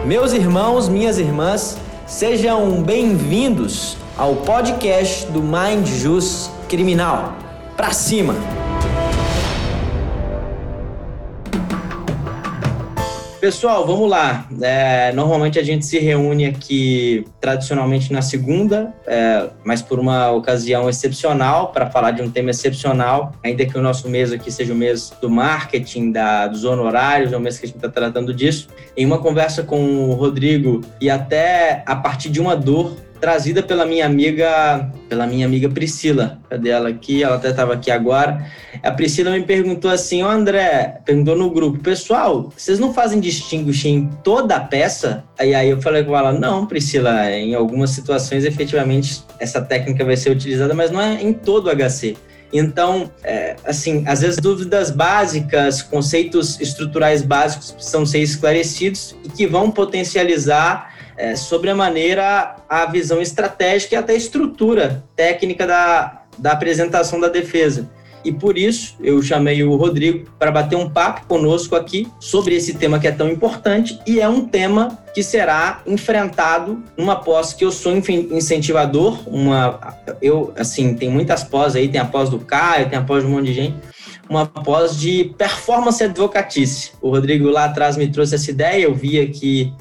Meus irmãos, minhas irmãs, sejam bem-vindos ao podcast do Mind Jus Criminal. Pra cima! Pessoal, vamos lá. Normalmente a gente se reúne aqui tradicionalmente na segunda, mas por uma ocasião excepcional, para falar de um tema excepcional, ainda que o nosso mês aqui seja o mês do marketing, dos honorários, é o mês que a gente está tratando disso. Em uma conversa com o Rodrigo e até a partir de uma dor trazida pela minha amiga Priscila. Cadê ela aqui? Ela até estava aqui agora. A Priscila me perguntou assim, André, perguntou no grupo, pessoal, vocês não fazem distinguish em toda a peça? Aí eu falei com ela, não, Priscila, em algumas situações, efetivamente, essa técnica vai ser utilizada, mas não é em todo o HC. Então, às vezes dúvidas básicas, conceitos estruturais básicos precisam ser esclarecidos e que vão potencializar sobre a maneira, a visão estratégica e até a estrutura técnica da apresentação da defesa. E por isso, eu chamei o Rodrigo para bater um papo conosco aqui sobre esse tema que é tão importante e é um tema que será enfrentado numa pós que eu sou incentivador. Tem muitas pós aí, tem a pós do Caio, tem a pós de um monte de gente. Uma pós de performance advocatícia. O Rodrigo lá atrás me trouxe essa ideia, eu vi aqui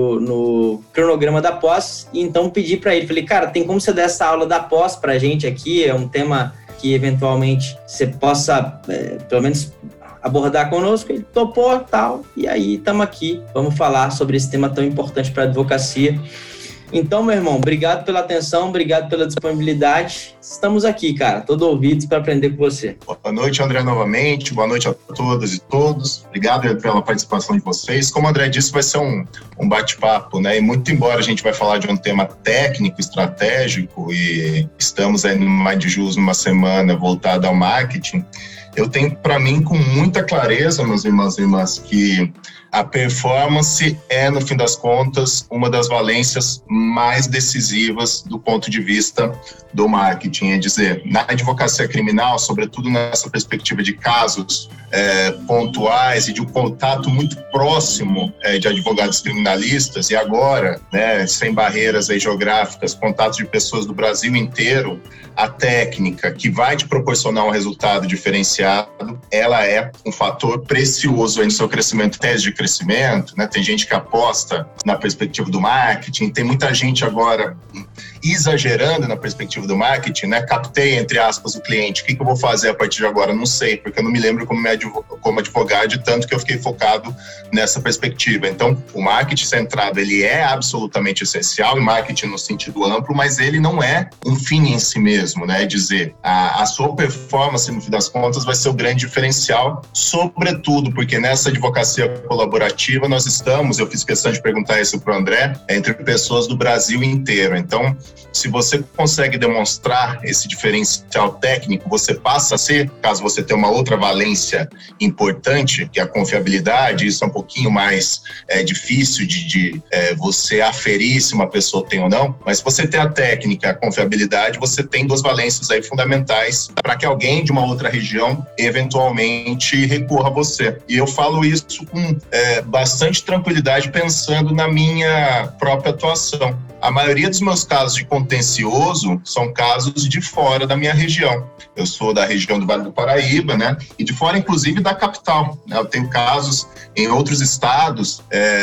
no cronograma da pós, e então pedi para ele, falei, cara, tem como você dar essa aula da pós pra gente aqui? É um tema que eventualmente você possa, pelo menos, abordar conosco. Ele topou tal, e aí estamos aqui, vamos falar sobre esse tema tão importante para a advocacia. Então, meu irmão, obrigado pela atenção, obrigado pela disponibilidade. Estamos aqui, cara, todo ouvidos para aprender com você. Boa noite, André, novamente. Boa noite a todas e todos. Obrigado pela participação de vocês. Como o André disse, vai ser um bate-papo, né? E muito embora a gente vai falar de um tema técnico, estratégico, e estamos aí no Mind Jus numa semana voltada ao marketing, eu tenho para mim com muita clareza, meus irmãos e irmãs, que a performance é, no fim das contas, uma das valências mais decisivas do ponto de vista do marketing. É dizer, na advocacia criminal, sobretudo nessa perspectiva de casos pontuais e de um contato muito próximo de advogados criminalistas, e agora, né, sem barreiras aí geográficas, contatos de pessoas do Brasil inteiro, a técnica que vai te proporcionar um resultado diferenciado, ela é um fator precioso aí no seu crescimento, tese de crescimento, né? Tem gente que aposta na perspectiva do marketing, tem muita gente agora exagerando na perspectiva do marketing, né? Captei, entre aspas, o cliente. O que eu vou fazer a partir de agora? Não sei, porque eu não me lembro como advogado, de tanto que eu fiquei focado nessa perspectiva. Então, o marketing centrado, ele é absolutamente essencial, e marketing no sentido amplo, mas ele não é um fim em si mesmo, né? É dizer, a sua performance, no fim das contas, vai ser o grande diferencial, sobretudo porque nessa advocacia colaborativa nós estamos, eu fiz questão de perguntar isso para o André, entre pessoas do Brasil inteiro. Então, se você consegue demonstrar esse diferencial técnico, você passa a ser, caso você tenha uma outra valência importante, que é a confiabilidade, isso é um pouquinho mais difícil de você aferir se uma pessoa tem ou não, mas se você tem a técnica, a confiabilidade, você tem duas valências aí fundamentais para que alguém de uma outra região eventualmente recorra a você. E eu falo isso com bastante tranquilidade, pensando na minha própria atuação. A maioria dos meus casos de contencioso são casos de fora da minha região. Eu sou da região do Vale do Paraíba, né? E de fora, inclusive, da capital, né? Eu tenho casos em outros estados,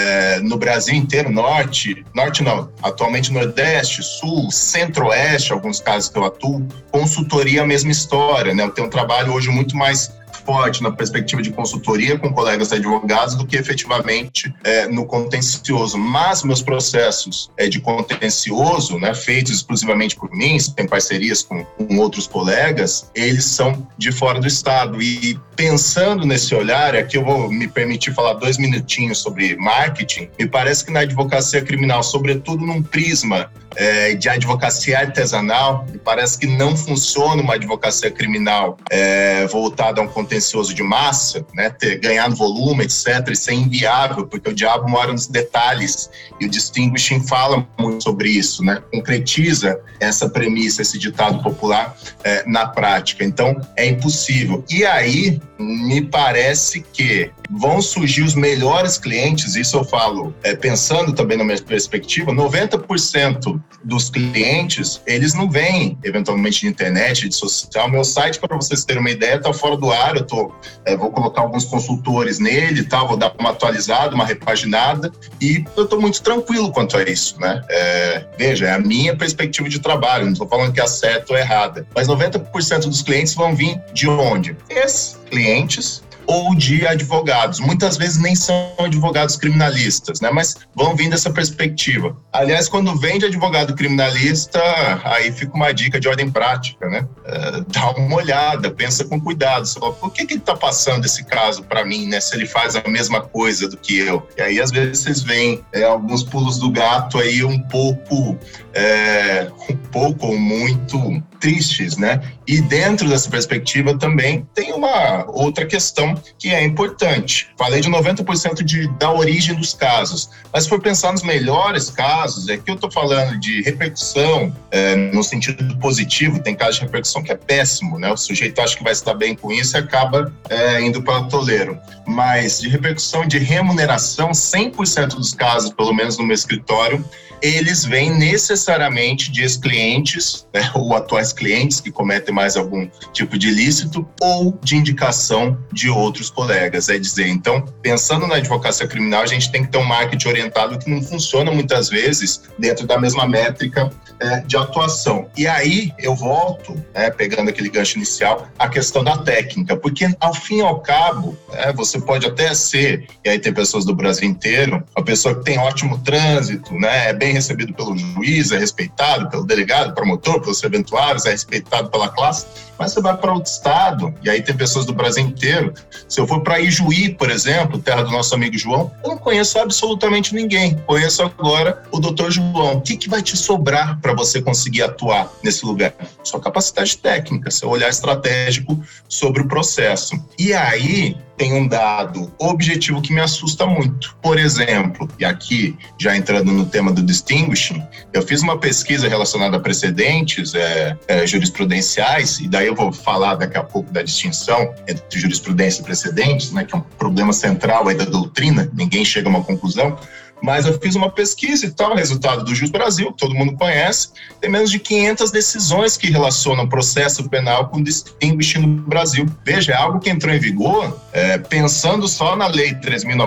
no Brasil inteiro, norte não, atualmente nordeste, sul, centro-oeste, alguns casos que eu atuo, consultoria, a mesma história, né? Eu tenho um trabalho hoje muito mais forte na perspectiva de consultoria com colegas advogados do que efetivamente no contencioso. Mas meus processos de contencioso, né, feitos exclusivamente por mim, em parcerias com outros colegas, eles são de fora do estado. E pensando nesse olhar, aqui eu vou me permitir falar 2 minutinhos sobre marketing. Me parece que na advocacia criminal, sobretudo num prisma de advocacia artesanal, me parece que não funciona uma advocacia criminal voltada a um contencioso de massa, né, ganhar volume, etc., isso é inviável, porque o diabo mora nos detalhes, e o Distinguishing fala muito sobre isso, né, concretiza essa premissa, esse ditado popular na prática. Então, é impossível. E aí, me parece que vão surgir os melhores clientes, isso eu falo pensando também na minha perspectiva, 90% dos clientes, eles não vêm eventualmente de internet, de social. Meu site, para vocês terem uma ideia, está fora do ar, vou colocar alguns consultores nele, tá? Vou dar uma atualizada, uma repaginada, e eu estou muito tranquilo quanto a isso, né? Veja, é a minha perspectiva de trabalho, não estou falando que é certa ou errada, mas 90% dos clientes vão vir de onde? Ex-clientes ou de advogados. Muitas vezes nem são advogados criminalistas, né? Mas vão vir dessa perspectiva. Aliás, quando vem de advogado criminalista, aí fica uma dica de ordem prática, né? Dá uma olhada, pensa com cuidado. Você fala, por que ele está passando esse caso para mim, né? Se ele faz a mesma coisa do que eu. E aí, às vezes, vocês veem alguns pulos do gato aí um pouco ou muito tristes, né? E dentro dessa perspectiva também tem uma outra questão que é importante. Falei de 90% da origem dos casos, mas se for pensar nos melhores casos, aqui eu estou falando de repercussão no sentido positivo, tem casos de repercussão que é péssimo, né? O sujeito acha que vai estar bem com isso e acaba indo para o toleiro. Mas de repercussão de remuneração, 100% dos casos, pelo menos no meu escritório, eles vêm necessariamente de ex-clientes, né, ou atuais clientes que cometem mais algum tipo de ilícito, ou de indicação de outros colegas. É dizer, então, pensando na advocacia criminal, a gente tem que ter um marketing orientado que não funciona muitas vezes dentro da mesma métrica de atuação. E aí eu volto, pegando aquele gancho inicial, a questão da técnica, porque ao fim e ao cabo, você pode até ser, e aí tem pessoas do Brasil inteiro, uma pessoa que tem ótimo trânsito, né, é bem recebido pelo juiz, é respeitado pelo delegado, promotor, pelos serventuários, é respeitado pela classe, mas você vai para outro estado, e aí tem pessoas do Brasil inteiro. Se eu for para Ijuí, por exemplo, terra do nosso amigo João, eu não conheço absolutamente ninguém. Conheço agora o doutor João. O que vai te sobrar para você conseguir atuar nesse lugar? Sua capacidade técnica, seu olhar estratégico sobre o processo. E aí tem um dado objetivo que me assusta muito. Por exemplo, e aqui já entrando no tema do distinguishing, eu fiz uma pesquisa relacionada a precedentes jurisprudenciais, e daí eu vou falar daqui a pouco da distinção entre jurisprudência e precedentes, né, que é um problema central aí da doutrina, ninguém chega a uma conclusão. Mas eu fiz uma pesquisa e tal, resultado do Jus Brasil, que todo mundo conhece, tem menos de 500 decisões que relacionam processo penal com distinguishing no Brasil. Veja, é algo que entrou em vigor, pensando só na Lei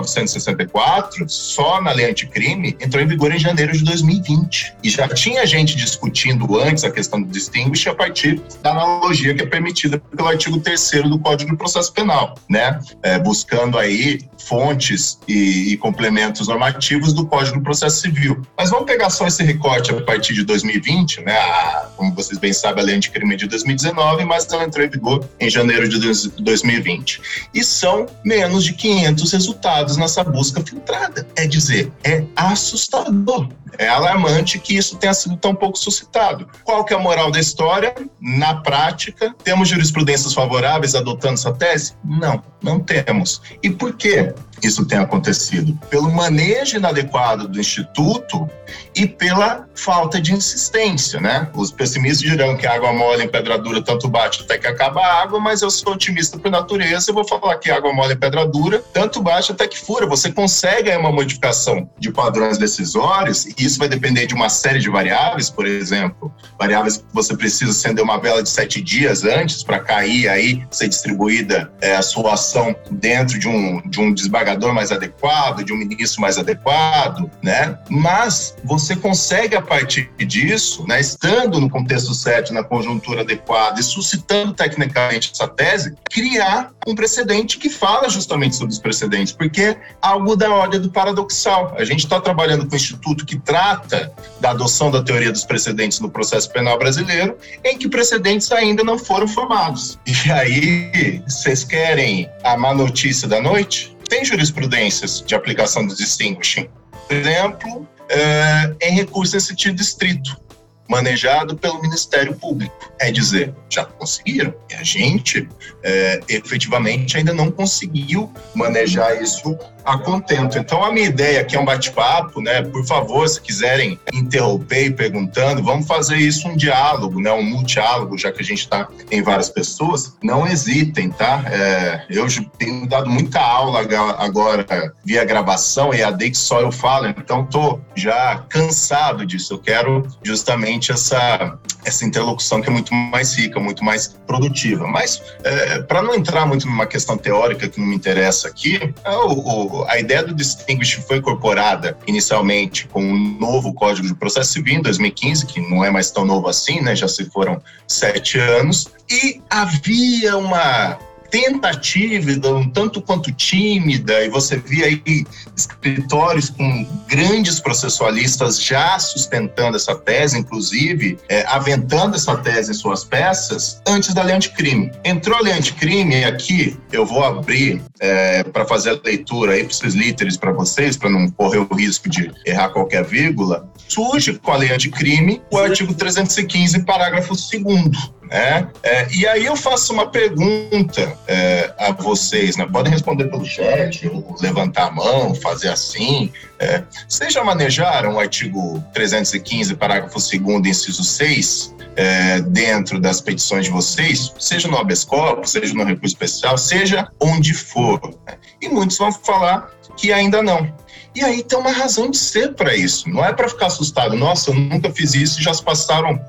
3.964, só na Lei Anticrime, entrou em vigor em janeiro de 2020. E já tinha gente discutindo antes a questão do distinguishing a partir da analogia que é permitida pelo artigo 3º do Código de Processo Penal, né? Buscando aí fontes e complementos normativos do Código do Processo Civil. Mas vamos pegar só esse recorte a partir de 2020, né? Como vocês bem sabem, a Lei Anticrime é de 2019, mas ela entrou em vigor em janeiro de 2020. E são menos de 500 resultados nessa busca filtrada. É dizer, é assustador. É alarmante que isso tenha sido tão pouco suscitado. Qual que é a moral da história? Na prática, temos jurisprudências favoráveis adotando essa tese? Não temos. E por quê isso tem acontecido? Pelo manejo inadequado do Instituto e pela falta de insistência, né? Os pessimistas dirão que a água mole em pedra dura tanto bate até que acaba a água, mas eu sou otimista por natureza, eu vou falar que água mole em pedra dura tanto bate até que fura. Você consegue aí uma modificação de padrões decisórios, e isso vai depender de uma série de variáveis, por exemplo, variáveis que você precisa acender uma vela de 7 dias antes para cair aí, ser distribuída a sua ação dentro de um desembargador mais adequado, de um ministro mais adequado, né? Mas você consegue, a partir disso, né, estando no contexto certo, na conjuntura adequada e suscitando tecnicamente essa tese, criar um precedente que fala justamente sobre os precedentes, porque é algo da ordem do paradoxal. A gente está trabalhando com um instituto que trata da adoção da teoria dos precedentes no processo penal brasileiro, em que precedentes ainda não foram formados. E aí, vocês querem a má notícia da noite? Tem jurisprudências de aplicação do distinguishing. Por exemplo, em recurso em sentido estrito, manejado pelo Ministério Público. É dizer, já conseguiram. E a gente, efetivamente, ainda não conseguiu manejar isso a contento. Então, a minha ideia aqui é um bate-papo, né? Por favor, se quiserem interromper e perguntando, vamos fazer isso um diálogo, né? Um multiálogo, já que a gente está em várias pessoas. Não hesitem, tá? Eu tenho dado muita aula agora via gravação, EAD, que só eu falo, então estou já cansado disso. Eu quero justamente essa interlocução que é muito mais rica, muito mais produtiva. Mas, para não entrar muito numa questão teórica que não me interessa aqui, a ideia do Distinguish foi incorporada inicialmente com um novo Código de Processo Civil em 2015, que não é mais tão novo assim, né? Já se foram 7 anos, e havia uma tentativa, um tanto quanto tímida, e você via aí escritórios com grandes processualistas já sustentando essa tese, inclusive aventando essa tese em suas peças, antes da lei anticrime. Entrou a lei anticrime, e aqui eu vou abrir para fazer a leitura aí, para os líderes, para vocês, para não correr o risco de errar qualquer vírgula. Surge com a lei anticrime o artigo 315, parágrafo 2º. E aí eu faço uma pergunta a vocês, né? Podem responder pelo chat, ou levantar a mão, fazer assim. Vocês já manejaram o artigo 315, parágrafo 2º, inciso 6, dentro das petições de vocês, seja no habeas corpus, seja no recurso especial, seja onde for, né? E muitos vão falar que ainda não. E aí tem uma razão de ser para isso. Não é para ficar assustado. Nossa, eu nunca fiz isso e já se passaram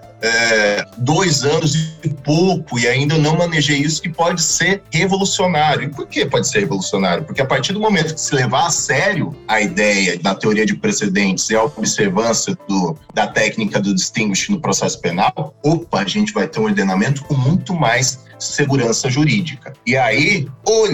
2 anos e pouco e ainda não manejei isso, que pode ser revolucionário. E por que pode ser revolucionário? Porque a partir do momento que se levar a sério a ideia da teoria de precedentes e a observância da técnica do Distinguish no processo penal, a gente vai ter um ordenamento com muito mais segurança jurídica. E aí,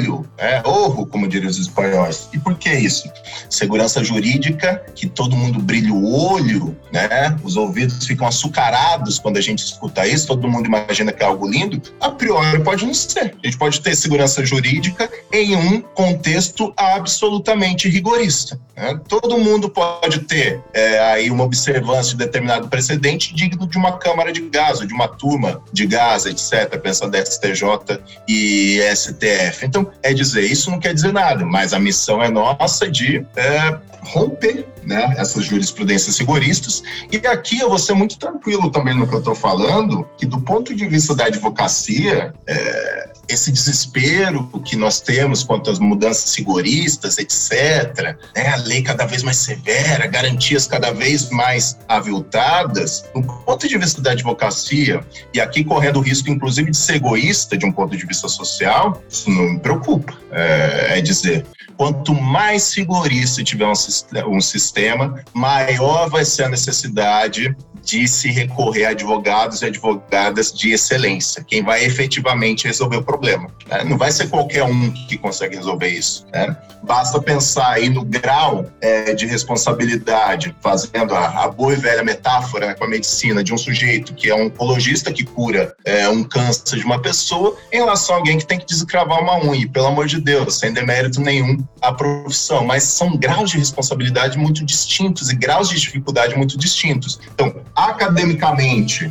orro, como diriam os espanhóis. E por que isso? Segurança jurídica, que todo mundo brilha o olho, né? Os ouvidos ficam açucarados quando a gente escuta isso, todo mundo imagina que é algo lindo. A priori pode não ser. A gente pode ter segurança jurídica em um contexto absolutamente rigorista, né? Todo mundo pode ter aí uma observância de determinado precedente digno de uma câmara de gás, ou de uma turma de gás, etc., pensando STJ e STF. Então, isso não quer dizer nada, mas a missão é nossa de romper, né, essas jurisprudências rigoristas. E aqui eu vou ser muito tranquilo também no que eu estou falando, que do ponto de vista da advocacia, esse desespero que nós temos quanto às mudanças rigoristas, etc., né, a lei cada vez mais severa, garantias cada vez mais aviltadas, do ponto de vista da advocacia, e aqui correndo o risco, inclusive, de ser egoísta de um ponto de vista social, isso não me preocupa. Dizer, quanto mais rigorista tiver um sistema, maior vai ser a necessidade de se recorrer a advogados e advogadas de excelência, quem vai efetivamente resolver o problema, né? Não vai ser qualquer um que consegue resolver isso, né? Basta pensar aí no grau de responsabilidade, fazendo a boa e velha metáfora com a medicina de um sujeito que é um oncologista que cura um câncer de uma pessoa, em relação a alguém que tem que descravar uma unha, e, pelo amor de Deus, sem demérito nenhum à profissão, mas são graus de responsabilidade muito distintos e graus de dificuldade muito distintos. Então, academicamente,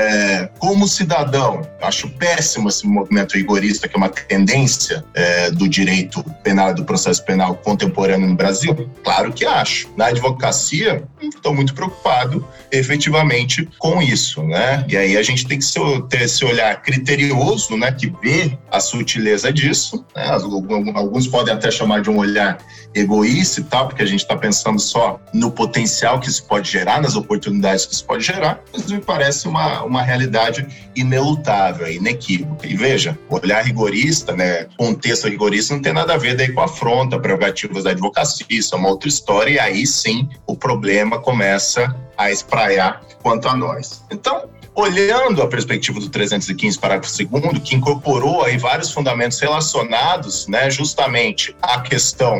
como cidadão, acho péssimo esse movimento rigorista, que é uma tendência do direito penal e do processo penal contemporâneo no Brasil? Claro que acho. Na advocacia, estou muito preocupado efetivamente com isso, né? E aí a gente tem que ter esse olhar criterioso, né, que vê a sutileza disso, né? Alguns podem até chamar de um olhar egoísta e tal, porque a gente está pensando só no potencial que isso pode gerar, nas oportunidades que isso pode gerar, mas me parece uma realidade inelutável, inequívoca. E veja, o olhar rigorista, né, contexto rigorista não tem nada a ver daí com a afronta, prerrogativas da advocacia, isso é uma outra história, e aí sim o problema começa a espraiar quanto a nós. Então, olhando a perspectiva do 315, parágrafo 2º, que incorporou aí vários fundamentos relacionados, né, justamente à questão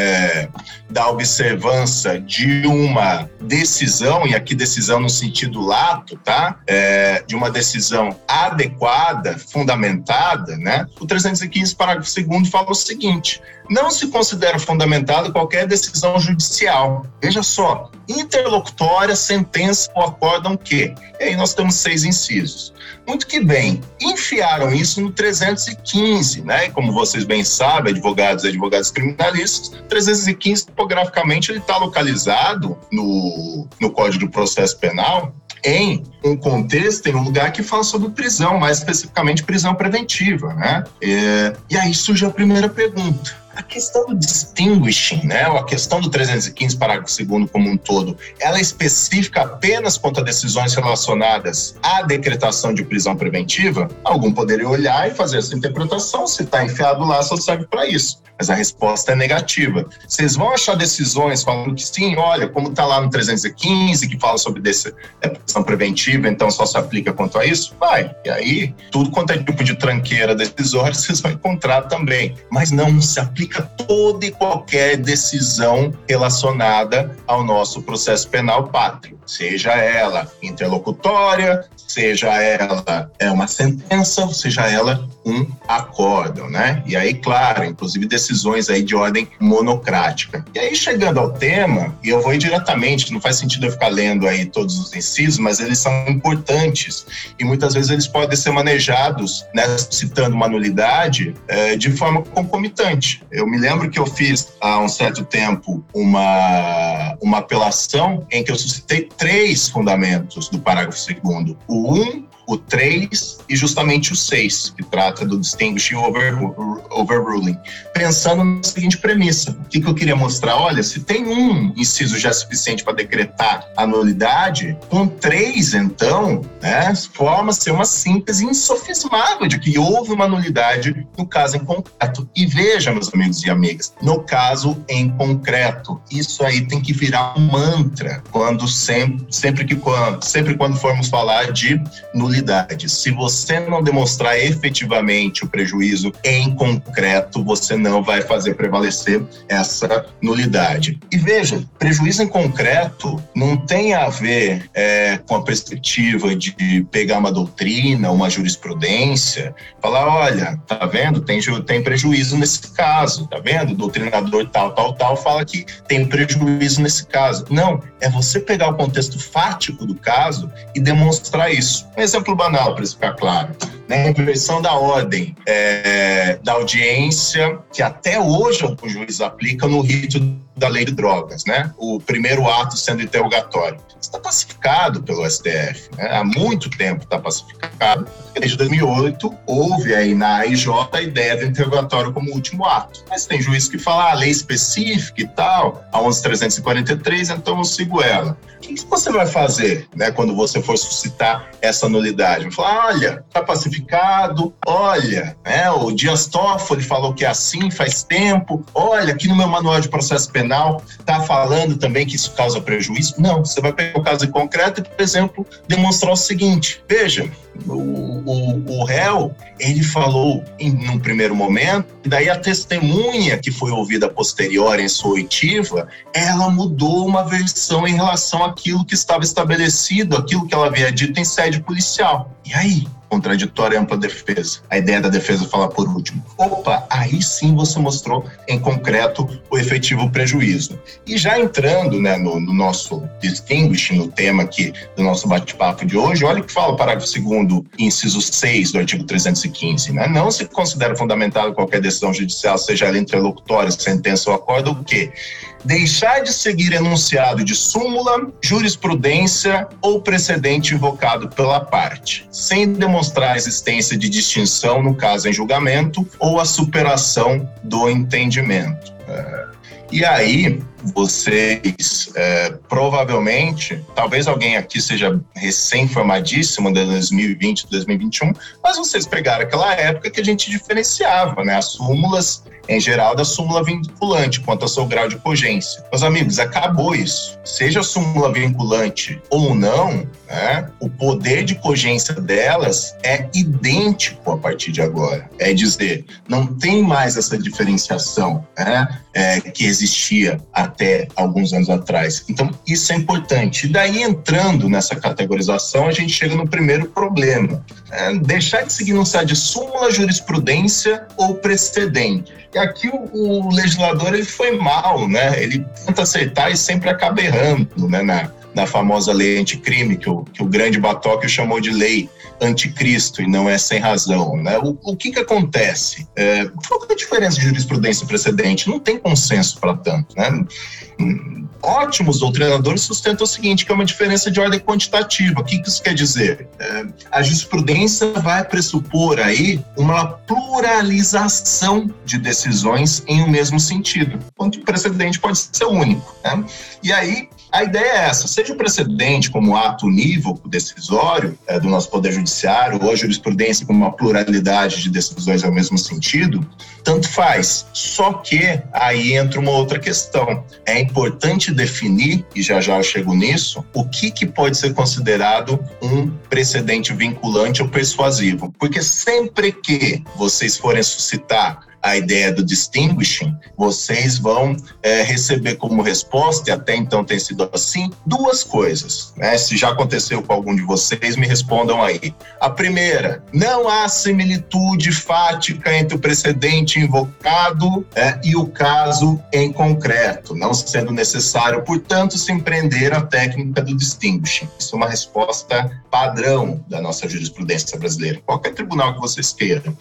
da observância de uma decisão, e aqui decisão no sentido lato, tá? De uma decisão adequada, fundamentada, né? O 315, parágrafo 2º, fala o seguinte: não se considera fundamentada qualquer decisão judicial. Veja só, interlocutória, sentença ou acórdão que. E aí nós temos 6 incisos. Muito que bem, enfiaram isso no 315, né? Como vocês bem sabem, advogados e advogadas criminalistas, 315, topograficamente, ele está localizado no Código do Processo Penal em um contexto, em um lugar que fala sobre prisão, mais especificamente prisão preventiva, né? E aí surge a primeira pergunta. A questão do distinguishing, né, ou a questão do 315, parágrafo 2º como um todo, ela é específica apenas quanto a decisões relacionadas à decretação de prisão preventiva? Algum poderia olhar e fazer essa interpretação, se está enfiado lá, só serve para isso. Mas a resposta é negativa. Vocês vão achar decisões falando que sim, olha, como está lá no 315, que fala sobre prisão preventiva, então só se aplica quanto a isso? Vai. E aí, tudo quanto é tipo de tranqueira decisória, vocês vão encontrar também. Mas não se aplica toda e qualquer decisão relacionada ao nosso processo penal pátrio. Seja ela interlocutória, seja ela uma sentença, seja ela um acórdão, né? E aí, claro, inclusive decisões aí de ordem monocrática. E aí, chegando ao tema, e eu vou ir diretamente, não faz sentido eu ficar lendo aí todos os incisos, mas eles são importantes e muitas vezes eles podem ser manejados, né, citando uma nulidade, de forma concomitante. Eu me lembro que eu fiz há um certo tempo uma apelação em que eu suscitei 3 fundamentos do parágrafo 2º. O 1, o 3 e justamente o 6, que trata do distinguishing overruling. Pensando na seguinte premissa, o que eu queria mostrar? Olha, se tem um inciso já suficiente para decretar a nulidade, com 3, então, né, forma-se uma síntese insofismável de que houve uma nulidade no caso em concreto. E veja, meus amigos e amigas, no caso em concreto, isso aí tem que virar um mantra sempre quando formos falar de nulidade. Se você não demonstrar efetivamente o prejuízo em concreto, você não vai fazer prevalecer essa nulidade. E veja, prejuízo em concreto não tem a ver com a perspectiva de pegar uma doutrina, uma jurisprudência, falar, olha, tá vendo? Tem prejuízo nesse caso, tá vendo? O doutrinador tal fala que tem prejuízo nesse caso. Não, é você pegar o contexto fático do caso e demonstrar isso. Um exemplo banal, para isso ficar claro. A inversão da ordem da audiência, que até hoje o juiz aplica no rito da lei de drogas, né? O primeiro ato sendo interrogatório. Está pacificado pelo STF, né? Há muito tempo está pacificado. Desde 2008, houve aí na AIJ a ideia do interrogatório como último ato. Mas tem juiz que fala, lei específica e tal, a 11.343, então eu sigo ela. O que você vai fazer, né, quando você for suscitar essa nulidade? Vai falar, olha, está pacificado, olha, né, o Dias Toffoli falou que é assim faz tempo, olha, aqui no meu manual de processo penal está falando também que isso causa prejuízo. Não, você vai pegar o caso em concreto e, por exemplo, demonstrar o seguinte, veja, o réu, ele falou num primeiro momento, e daí a testemunha que foi ouvida posterior em sua oitiva, ela mudou uma versão em relação àquilo que estava estabelecido, aquilo que ela havia dito em sede policial. E aí? Contraditória e ampla defesa. A ideia da defesa falar por último. Opa, aí sim você mostrou em concreto o efetivo prejuízo. E já entrando, né, no nosso distinguishing, no tema aqui do nosso bate-papo de hoje, olha o que fala o parágrafo 2º, inciso 6 do artigo 315. Né? Não se considera fundamentada qualquer decisão judicial, seja ela interlocutória, sentença ou acordo, o quê? Deixar de seguir enunciado de súmula, jurisprudência ou precedente invocado pela parte, sem demonstrar a existência de distinção no caso em julgamento ou a superação do entendimento. E aí, vocês provavelmente, talvez alguém aqui seja recém-formadíssimo de 2020, 2021, mas vocês pegaram aquela época que a gente diferenciava, né, as súmulas, em geral, da súmula vinculante, quanto ao seu grau de cogência. Meus amigos, acabou isso. Seja a súmula vinculante ou não, né, o poder de cogência delas é idêntico a partir de agora. É dizer, não tem mais essa diferenciação, né, que existia até até alguns anos atrás. Então, isso é importante. E daí, entrando nessa categorização, a gente chega no primeiro problema. Deixar de seguir num site de súmula, jurisprudência ou precedente. E aqui o legislador ele foi mal, né? Ele tenta aceitar e sempre acaba errando, né? Na famosa lei anticrime, que o grande Batoque chamou de lei anticristo, e não é sem razão, né? O que acontece? Qual é a diferença de jurisprudência e precedente? Não tem consenso para tanto, né? Ótimos doutrinadores sustentam o seguinte, que é uma diferença de ordem quantitativa. O que isso quer dizer? A jurisprudência vai pressupor aí uma pluralização de decisões em um mesmo sentido, enquanto o precedente pode ser único, né? E aí, a ideia é essa, seja o precedente como ato unívoco decisório do nosso Poder Judiciário, ou a jurisprudência como uma pluralidade de decisões ao mesmo sentido, tanto faz. Só que aí entra uma outra questão. É importante definir, e já eu chego nisso, o que pode ser considerado um precedente vinculante ou persuasivo. Porque sempre que vocês forem suscitar a ideia do distinguishing, vocês vão receber como resposta, e até então tem sido assim, duas coisas, né? Se já aconteceu com algum de vocês, me respondam aí. A primeira, não há similitude fática entre o precedente invocado e o caso em concreto, não sendo necessário, portanto, se empreender a técnica do distinguishing. Isso é uma resposta padrão da nossa jurisprudência brasileira. Qualquer tribunal que vocês queiram.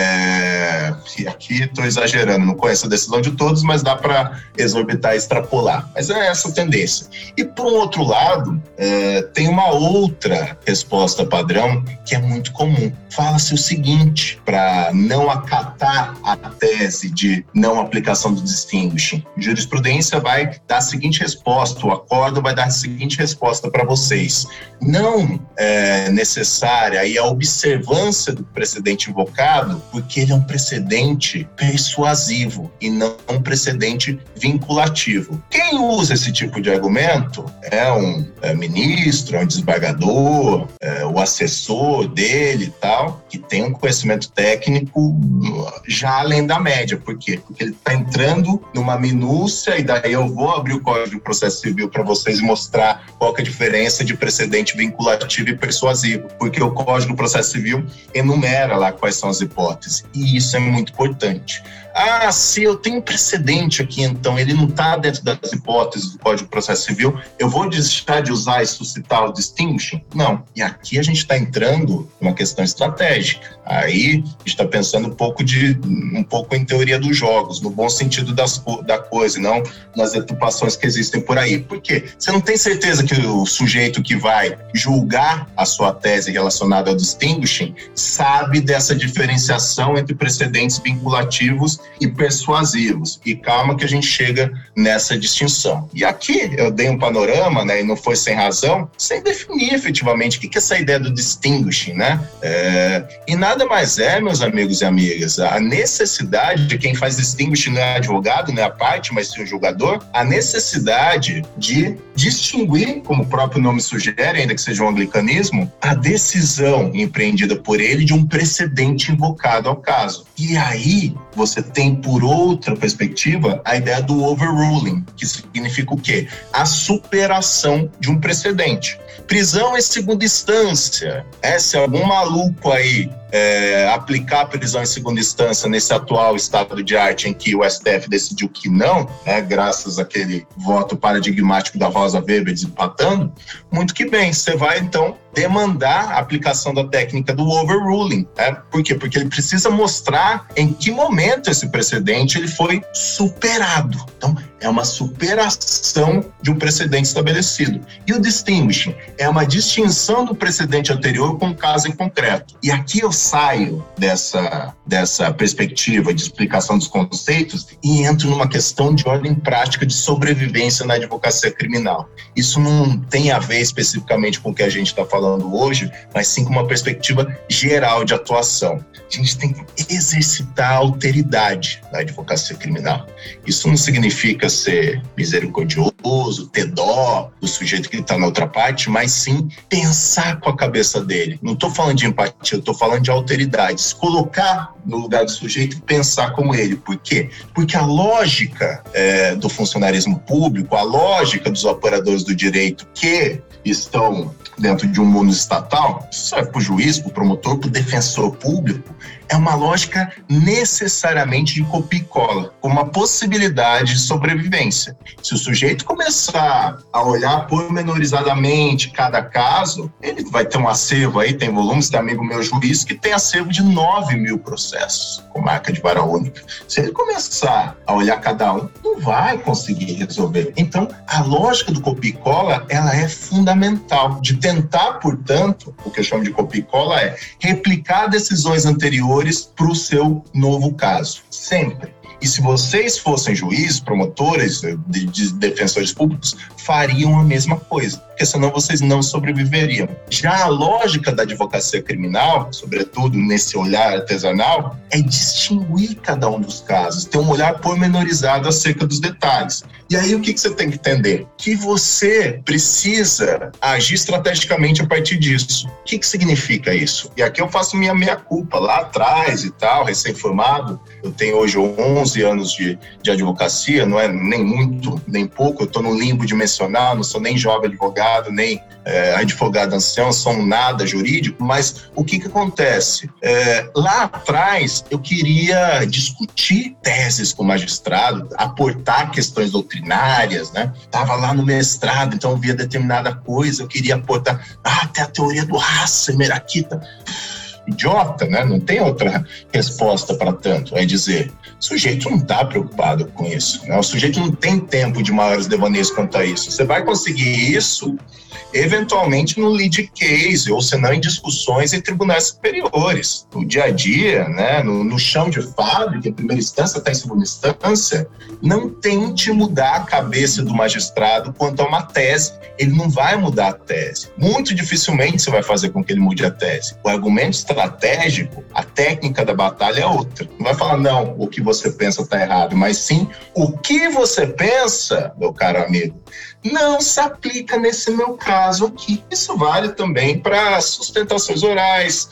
E aqui estou exagerando, não conheço a decisão de todos, mas dá para exorbitar e extrapolar. Mas é essa a tendência. E, por um outro lado, tem uma outra resposta padrão que é muito comum. Fala-se o seguinte, para não acatar a tese de não aplicação do distinguishing. A jurisprudência vai dar a seguinte resposta, o acórdão vai dar a seguinte resposta para vocês. Não é necessária aí a observância do precedente invocado, porque ele é um precedente persuasivo e não um precedente vinculativo. Quem usa esse tipo de argumento é um ministro, é um desembargador, o assessor dele e tal, que tem um conhecimento técnico já além da média. Por quê? Porque ele está entrando numa minúcia, e daí eu vou abrir o Código de Processo Civil para vocês e mostrar qual que é a diferença de precedente vinculativo e persuasivo, porque o Código de Processo Civil enumera lá quais são as hipóteses, e isso é muito importante. Se eu tenho precedente aqui, então ele não está dentro das hipóteses do Código de Processo Civil, eu vou deixar de usar e suscitar o distinguishing? Não. E aqui a gente está entrando numa questão estratégica. Aí a gente está pensando um pouco em teoria dos jogos, no bom sentido da coisa, e não nas deturpações que existem por aí. Por quê? Você não tem certeza que o sujeito que vai julgar a sua tese relacionada ao distinguishing sabe dessa diferenciação entre precedentes vinculativos e persuasivos. E calma que a gente chega nessa distinção. E aqui eu dei um panorama, né, e não foi sem razão, sem definir efetivamente o que é essa ideia do distinguishing, né? E nada mais meus amigos e amigas, a necessidade de quem faz distinguishing não é advogado, não é a parte, mas sim o julgador, a necessidade de distinguir, como o próprio nome sugere, ainda que seja um anglicanismo, a decisão empreendida por ele de um precedente invocado ao caso. E aí você tem, por outra perspectiva, a ideia do overruling, que significa o quê? A superação de um precedente. Prisão em segunda instância. Se algum maluco aí aplicar a prisão em segunda instância nesse atual estado de arte em que o STF decidiu que não, né, graças àquele voto paradigmático da Rosa Weber desempatando, muito que bem, você vai então demandar a aplicação da técnica do overruling. Por quê? Porque ele precisa mostrar em que momento esse precedente ele foi superado. Então, é uma superação de um precedente estabelecido. E o distinguishing é uma distinção do precedente anterior com um caso em concreto. E aqui eu saio dessa perspectiva de explicação dos conceitos e entro numa questão de ordem prática de sobrevivência na advocacia criminal. Isso não tem a ver especificamente com o que a gente está falando hoje, mas sim com uma perspectiva geral de atuação. A gente tem que exercitar a alteridade na advocacia criminal. Isso não significa ser misericordioso, ter dó do sujeito que está na outra parte, mas sim pensar com a cabeça dele. Não estou falando de empatia, eu estou falando de de alteridade, se colocar no lugar do sujeito e pensar como ele. Por quê? Porque a lógica do funcionarismo público, a lógica dos operadores do direito que estão dentro de um mundo estatal, isso serve para o juiz, para o promotor, para o defensor público, é uma lógica necessariamente de copia e cola, com uma possibilidade de sobrevivência. Se o sujeito começar a olhar pormenorizadamente cada caso, ele vai ter um acervo aí, tem volumes, tem amigo meu juiz que tem acervo de 9.000 processos com marca de vara única. Se ele começar a olhar cada um, não vai conseguir resolver. Então, a lógica do copia e cola, ela é fundamental. De tentar, portanto, o que eu chamo de copia e cola é replicar decisões anteriores para o seu novo caso. Sempre. E se vocês fossem juízes, promotores, de defensores públicos, fariam a mesma coisa, porque senão vocês não sobreviveriam. Já a lógica da advocacia criminal, sobretudo nesse olhar artesanal, é distinguir cada um dos casos, ter um olhar pormenorizado acerca dos detalhes. E aí o que você tem que entender? Que você precisa agir estrategicamente a partir disso. O que significa isso? E aqui eu faço minha meia-culpa. Lá atrás e tal, recém-formado, eu tenho hoje 11 anos de advocacia, não é nem muito, nem pouco, eu estou no limbo dimensional, não sou nem jovem advogado, nem advogado ancião, sou nada jurídico, mas o que acontece? Lá atrás, eu queria discutir teses com o magistrado, aportar questões doutrinárias, né? Estava lá no mestrado, então eu via determinada coisa, eu queria aportar, até a teoria do Hasse, Merakita. Idiota, né? Não tem outra resposta para tanto. É dizer, o sujeito não está preocupado com isso, né? O sujeito não tem tempo de maiores devaneios quanto a isso. Você vai conseguir isso eventualmente no lead case, ou senão em discussões em tribunais superiores. No dia a dia, né, no chão de fábrica, em primeira instância, até em segunda instância, não tente mudar a cabeça do magistrado quanto a uma tese. Ele não vai mudar a tese. Muito dificilmente você vai fazer com que ele mude a tese. O argumento estratégico, a técnica da batalha é outra. Não vai falar, não, o que você pensa está errado, mas sim, o que você pensa, meu caro amigo, não se aplica nesse meu caso aqui. Isso vale também para sustentações orais,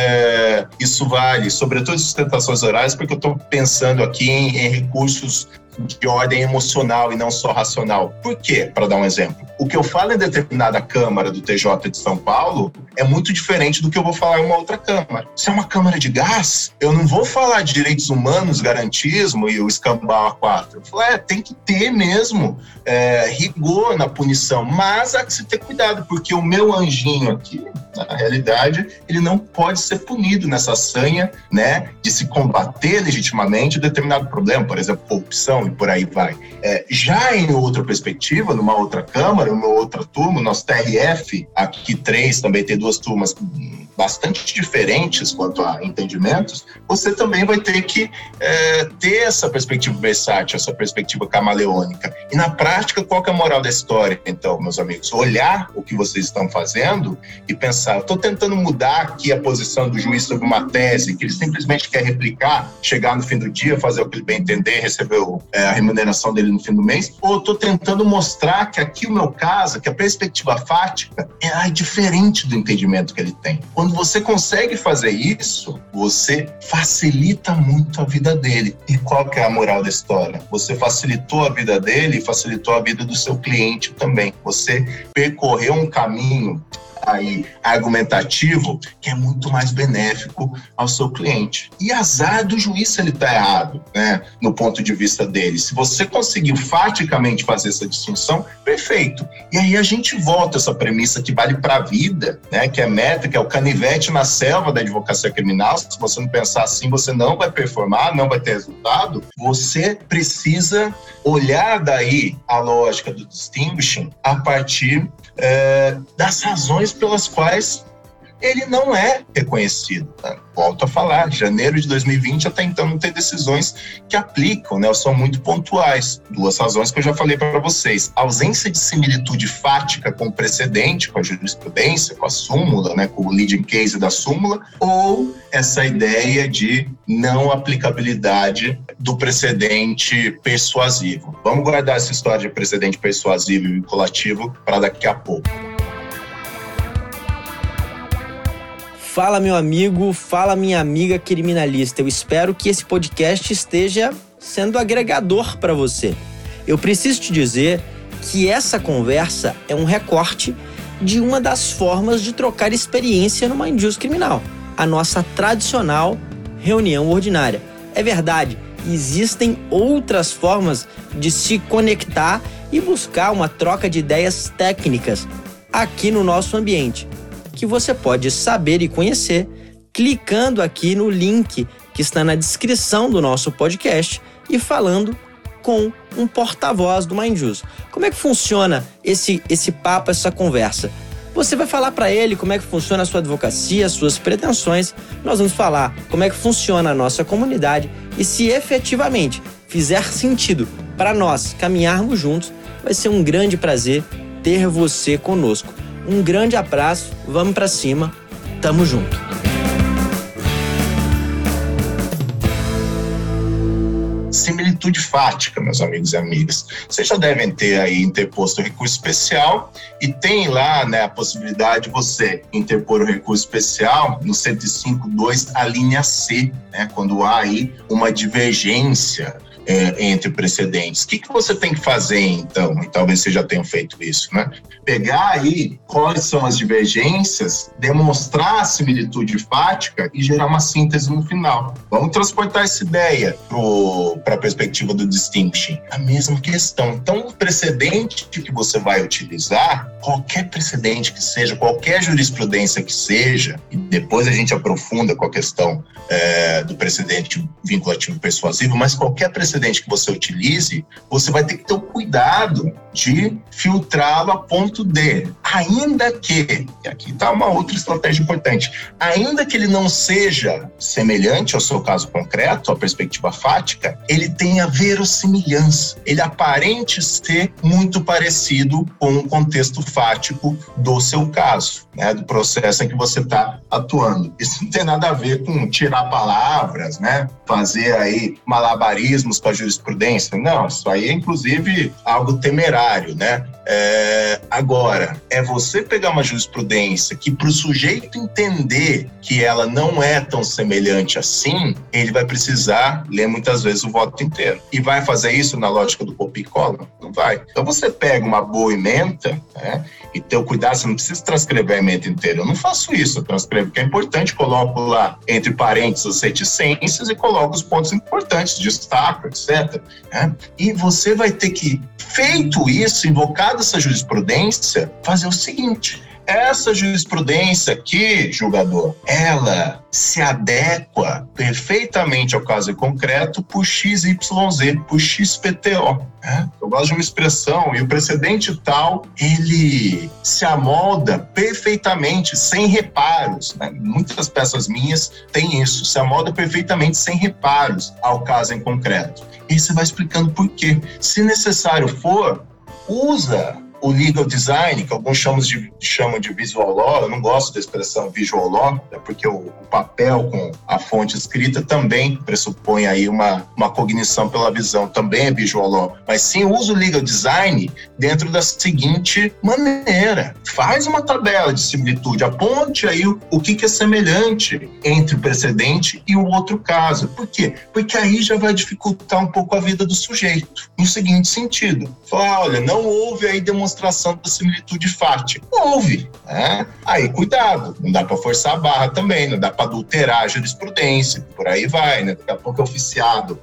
isso vale, sobretudo sustentações orais, porque eu estou pensando aqui em recursos de ordem emocional e não só racional. Por quê? Para dar um exemplo. O que eu falo em determinada Câmara do TJ de São Paulo é muito diferente do que eu vou falar em uma outra Câmara. Se é uma Câmara de gás, eu não vou falar de direitos humanos, garantismo e o escambau A4. Eu falo, tem que ter mesmo rigor na punição, mas há que se ter cuidado, porque o meu anjinho aqui, na realidade, ele não pode ser punido nessa sanha, né, de se combater legitimamente determinado problema, por exemplo, corrupção e por aí vai. Já em outra perspectiva, numa outra Câmara, numa outra turma, nosso TRF, aqui 3, também tem 2 turmas bastante diferentes quanto a entendimentos, você também vai ter que ter essa perspectiva versátil, essa perspectiva camaleônica. E na prática, qual que é a moral da história, então, meus amigos? Olhar o que vocês estão fazendo e pensar, eu estou tentando mudar aqui a posição do juiz sobre uma tese que ele simplesmente quer replicar, chegar no fim do dia, fazer o que ele bem entender, receber a remuneração dele no fim do mês, ou eu estou tentando mostrar que aqui o meu caso, que a perspectiva fática é diferente do entendimento que ele tem. Quando você consegue fazer isso, você facilita muito a vida dele. E qual que é a moral da história? Você facilitou a vida dele e facilitou a vida do seu cliente também. Você percorreu um caminho aí argumentativo que é muito mais benéfico ao seu cliente. E azar do juiz se ele está errado, né, no ponto de vista dele. Se você conseguiu faticamente fazer essa distinção, perfeito. E aí a gente volta a essa premissa que vale para a vida, né, que é meta, que é o canivete na selva da advocacia criminal. Se você não pensar assim, você não vai performar, não vai ter resultado. Você precisa olhar daí a lógica do distinguishing a partir das razões pelas quais ele não é reconhecido. Né? Volto a falar, janeiro de 2020 até então não tem decisões que aplicam, né? São muito pontuais. 2 razões que eu já falei para vocês. A ausência de similitude fática com o precedente, com a jurisprudência, com a súmula, né? Com o leading case da súmula, ou essa ideia de não aplicabilidade do precedente persuasivo. Vamos guardar essa história de precedente persuasivo e vinculativo para daqui a pouco. Fala, meu amigo, fala, minha amiga criminalista. Eu espero que esse podcast esteja sendo agregador para você. Eu preciso te dizer que essa conversa é um recorte de uma das formas de trocar experiência no Mind Use Criminal, a nossa tradicional reunião ordinária. É verdade, existem outras formas de se conectar e buscar uma troca de ideias técnicas aqui no nosso ambiente, que você pode saber e conhecer clicando aqui no link que está na descrição do nosso podcast e falando com um porta-voz do Mind Use. Como é que funciona esse papo, essa conversa? Você vai falar para ele como é que funciona a sua advocacia, as suas pretensões. Nós vamos falar como é que funciona a nossa comunidade e se efetivamente fizer sentido para nós caminharmos juntos, vai ser um grande prazer ter você conosco. Um grande abraço, vamos para cima, tamo junto. Similitude fática, meus amigos e amigas. Vocês já devem ter aí interposto o recurso especial e tem lá, né, a possibilidade de você interpor o recurso especial no 105.2, a linha C, né, quando há aí uma divergência entre precedentes. O que você tem que fazer, então? E talvez vocês já tenham feito isso, né? Pegar aí quais são as divergências, demonstrar a similitude fática e gerar uma síntese no final. Vamos transportar essa ideia para a perspectiva do distinction. A mesma questão. Então, o precedente que você vai utilizar, qualquer precedente que seja, qualquer jurisprudência que seja, e depois a gente aprofunda com a questão do precedente vinculativo persuasivo, mas qualquer precedente que você utilize, você vai ter que ter o cuidado de filtrá-lo a ponto de, ainda que, e aqui está uma outra estratégia importante, ainda que ele não seja semelhante ao seu caso concreto, à perspectiva fática, ele tenha verossimilhança, ele aparente ser muito parecido com o contexto fático do seu caso, né, do processo em que você está atuando. Isso não tem nada a ver com tirar palavras, né, fazer aí malabarismos com a jurisprudência. Não, isso aí é inclusive algo temerário, né? Agora, é você pegar uma jurisprudência que para o sujeito entender que ela não é tão semelhante assim, ele vai precisar ler muitas vezes o voto inteiro. E vai fazer isso na lógica do copia e cola? Não vai. Então você pega uma boa ementa, né, e ter o cuidado, você não precisa transcrever a ementa inteira. Eu não faço isso, eu transcrevo o que é importante, coloco lá entre parênteses as reticências e coloco os pontos importantes, destaco, etc. Né? E você vai ter que, feito isso, invocado essa jurisprudência, fazer o seguinte: essa jurisprudência aqui, julgador, ela se adequa perfeitamente ao caso concreto por XYZ, por XPTO. Né? Eu gosto de uma expressão, e o precedente tal, ele se amolda perfeitamente, sem reparos. Né? Muitas peças minhas têm isso, se amolda perfeitamente, sem reparos ao caso em concreto. E você vai explicando por quê. Se necessário for, usa o legal design, que alguns chamam de visual law. Eu não gosto da expressão visual law, porque o papel com a fonte escrita também pressupõe aí uma cognição pela visão, também é visual law. Mas sim, usa o legal design dentro da seguinte maneira: faz uma tabela de similitude, aponte aí o que é semelhante entre o precedente e o outro caso. Por quê? Porque aí já vai dificultar um pouco a vida do sujeito, no seguinte sentido: fala, olha, não houve aí demonstração da similitude fática. Houve, né? Aí cuidado, não dá para forçar a barra também, não dá para adulterar a jurisprudência, por aí vai, né? Daqui a pouco é oficiado,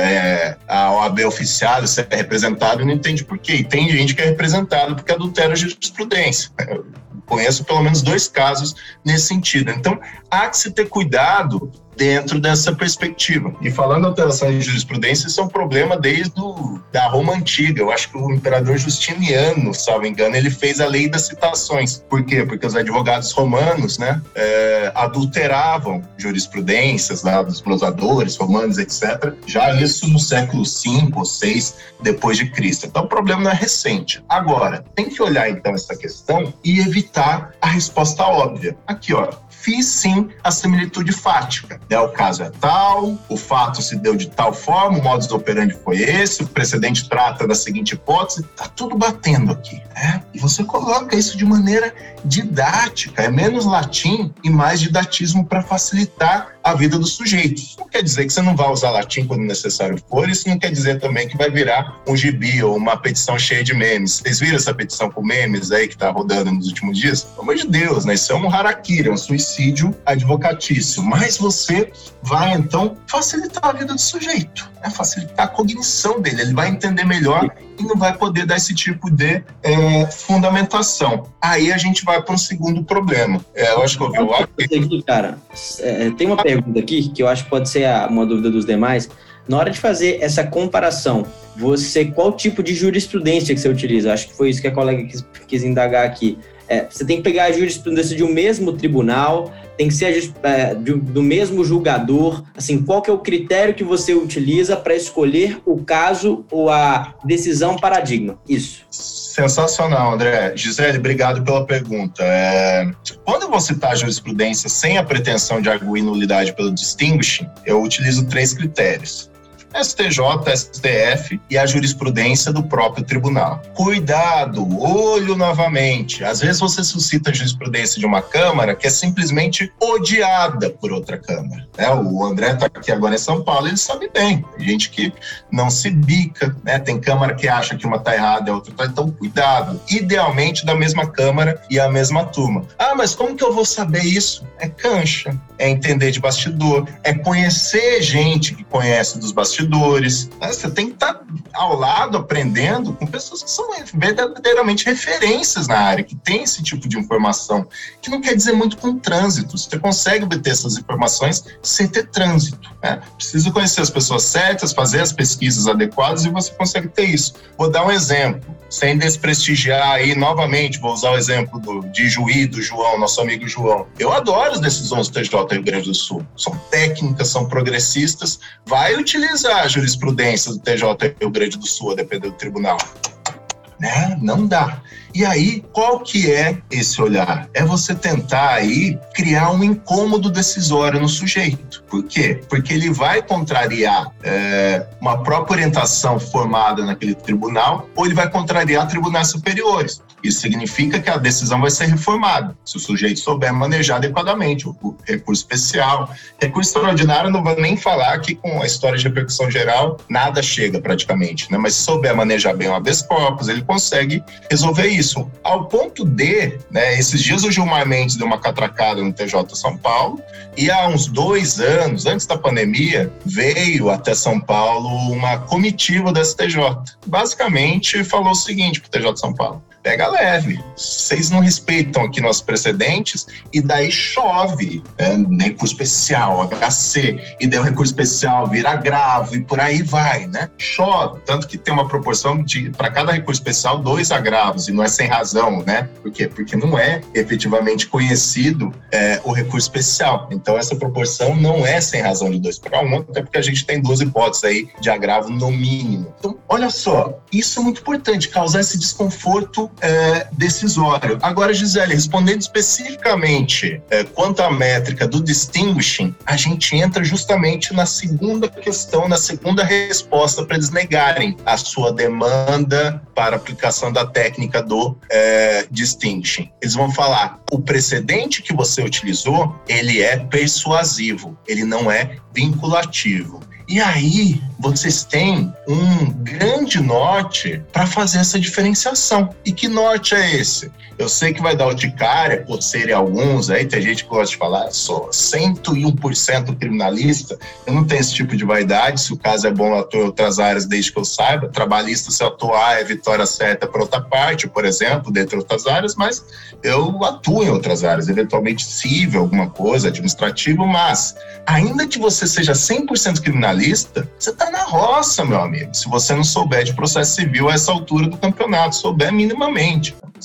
a OAB oficiado, se é representado, não entende por quê. E tem gente que é representado porque adultera a jurisprudência. Eu conheço pelo menos 2 casos nesse sentido. Então, há que se ter cuidado dentro dessa perspectiva. E falando de alteração de jurisprudência, isso é um problema desde da Roma Antiga. Eu acho que o imperador Justiniano, se não me engano, ele fez a lei das citações. Por quê? Porque os advogados romanos, né, adulteravam jurisprudências lá dos prosadores romanos, etc. Já isso no século V ou VI depois de Cristo. Então o problema não é recente. Agora, tem que olhar então essa questão e evitar a resposta óbvia. Aqui, ó, fiz sim a similitude fática. O caso é tal, o fato se deu de tal forma, o modus operandi foi esse, o precedente trata da seguinte hipótese, tá tudo batendo aqui, né? E você coloca isso de maneira didática, é menos latim e mais didatismo para facilitar a vida do sujeito. Isso não quer dizer que você não vai usar latim quando necessário for, isso não quer dizer também que vai virar um gibi ou uma petição cheia de memes. Vocês viram essa petição com memes aí que tá rodando nos últimos dias? Pelo amor de Deus, né? Isso é um harakiri, é um suicídio advocatício. Mas você vai, então, facilitar a vida do sujeito, né? Facilitar a cognição dele. Ele vai entender melhor e não vai poder dar esse tipo de fundamentação. Aí a gente vai para um segundo problema. Eu acho que eu vi Cara, tem uma pergunta aqui que eu acho que pode ser uma dúvida dos demais. Na hora de fazer essa comparação, qual tipo de jurisprudência que você utiliza? Acho que foi isso que a colega quis indagar aqui. Você tem que pegar a jurisprudência de um mesmo tribunal, tem que ser do mesmo julgador. Assim, qual que é o critério que você utiliza para escolher o caso ou a decisão paradigma? Isso. Sensacional, André. Gisele, obrigado pela pergunta. Quando eu vou citar a jurisprudência sem a pretensão de arguir nulidade pelo distinguishing, eu utilizo 3 critérios. STJ, STF e a jurisprudência do próprio tribunal. Cuidado, olho novamente. Às vezes você suscita a jurisprudência de uma Câmara que é simplesmente odiada por outra Câmara. O André está aqui agora em São Paulo, ele sabe bem. Tem gente que não se bica, né? Tem Câmara que acha que uma está errada e a outra está. Então, cuidado. Idealmente da mesma Câmara e a mesma turma. Mas como que eu vou saber isso? É cancha, é entender de bastidor, é conhecer gente que conhece dos bastidores. Você tem que estar ao lado, aprendendo com pessoas que são verdadeiramente referências na área, que tem esse tipo de informação, que não quer dizer muito com trânsito. Você consegue obter essas informações sem ter trânsito, né? Precisa conhecer as pessoas certas, fazer as pesquisas adequadas e você consegue ter isso. Vou dar um exemplo, sem desprestigiar aí novamente, vou usar o exemplo de Juí, do João, nosso amigo João. Eu adoro as decisões do TJ Rio Grande do Sul. São técnicas, são progressistas, vai utilizar a jurisprudência do TJ Rio Grande do Sul, a depender do tribunal. Não dá. E aí, qual que é esse olhar? É você tentar aí criar um incômodo decisório no sujeito. Por quê? Porque ele vai contrariar uma própria orientação formada naquele tribunal, ou ele vai contrariar tribunais superiores. Isso significa que a decisão vai ser reformada, se o sujeito souber manejar adequadamente o recurso especial. Recurso extraordinário, não vou nem falar que com a história de repercussão geral, nada chega praticamente, né? Mas se souber manejar bem o habeas corpus, ele consegue resolver isso. Ao ponto de, né, esses dias o Gilmar Mendes deu uma catracada no TJ São Paulo e há uns 2 anos, antes da pandemia, veio até São Paulo uma comitiva da STJ. Basicamente falou o seguinte para o TJ São Paulo: pega leve, vocês não respeitam aqui nossos precedentes, e daí chove, recurso especial, HC, e daí o recurso especial vira agravo, e por aí vai, né? Chove, tanto que tem uma proporção de, para cada recurso especial, 2 agravos, e não é sem razão, né? Por quê? Porque não é efetivamente conhecido o recurso especial. Então, essa proporção não é sem razão de 2-1, até porque a gente tem 2 hipóteses aí de agravo no mínimo. Então, olha só, isso é muito importante, causar esse desconforto decisório. Agora, Gisele, respondendo especificamente quanto à métrica do distinguishing, a gente entra justamente na segunda questão, na segunda resposta para eles negarem a sua demanda para aplicação da técnica do distinguishing. Eles vão falar: o precedente que você utilizou, ele é persuasivo, ele não é vinculativo. E aí, vocês têm um grande norte para fazer essa diferenciação. E que norte é esse? Eu sei que vai dar urticária por serem alguns, aí tem gente que gosta de falar, sou 101% criminalista. Eu não tenho esse tipo de vaidade, se o caso é bom, eu atuo em outras áreas desde que eu saiba. Trabalhista, se eu atuar, é vitória certa para outra parte, por exemplo, dentre outras áreas, mas eu atuo em outras áreas, eventualmente civil, alguma coisa, administrativo, mas ainda que você seja 100% criminalista, você está na roça, meu amigo, se você não souber de processo civil a essa altura do campeonato, souber minimamente.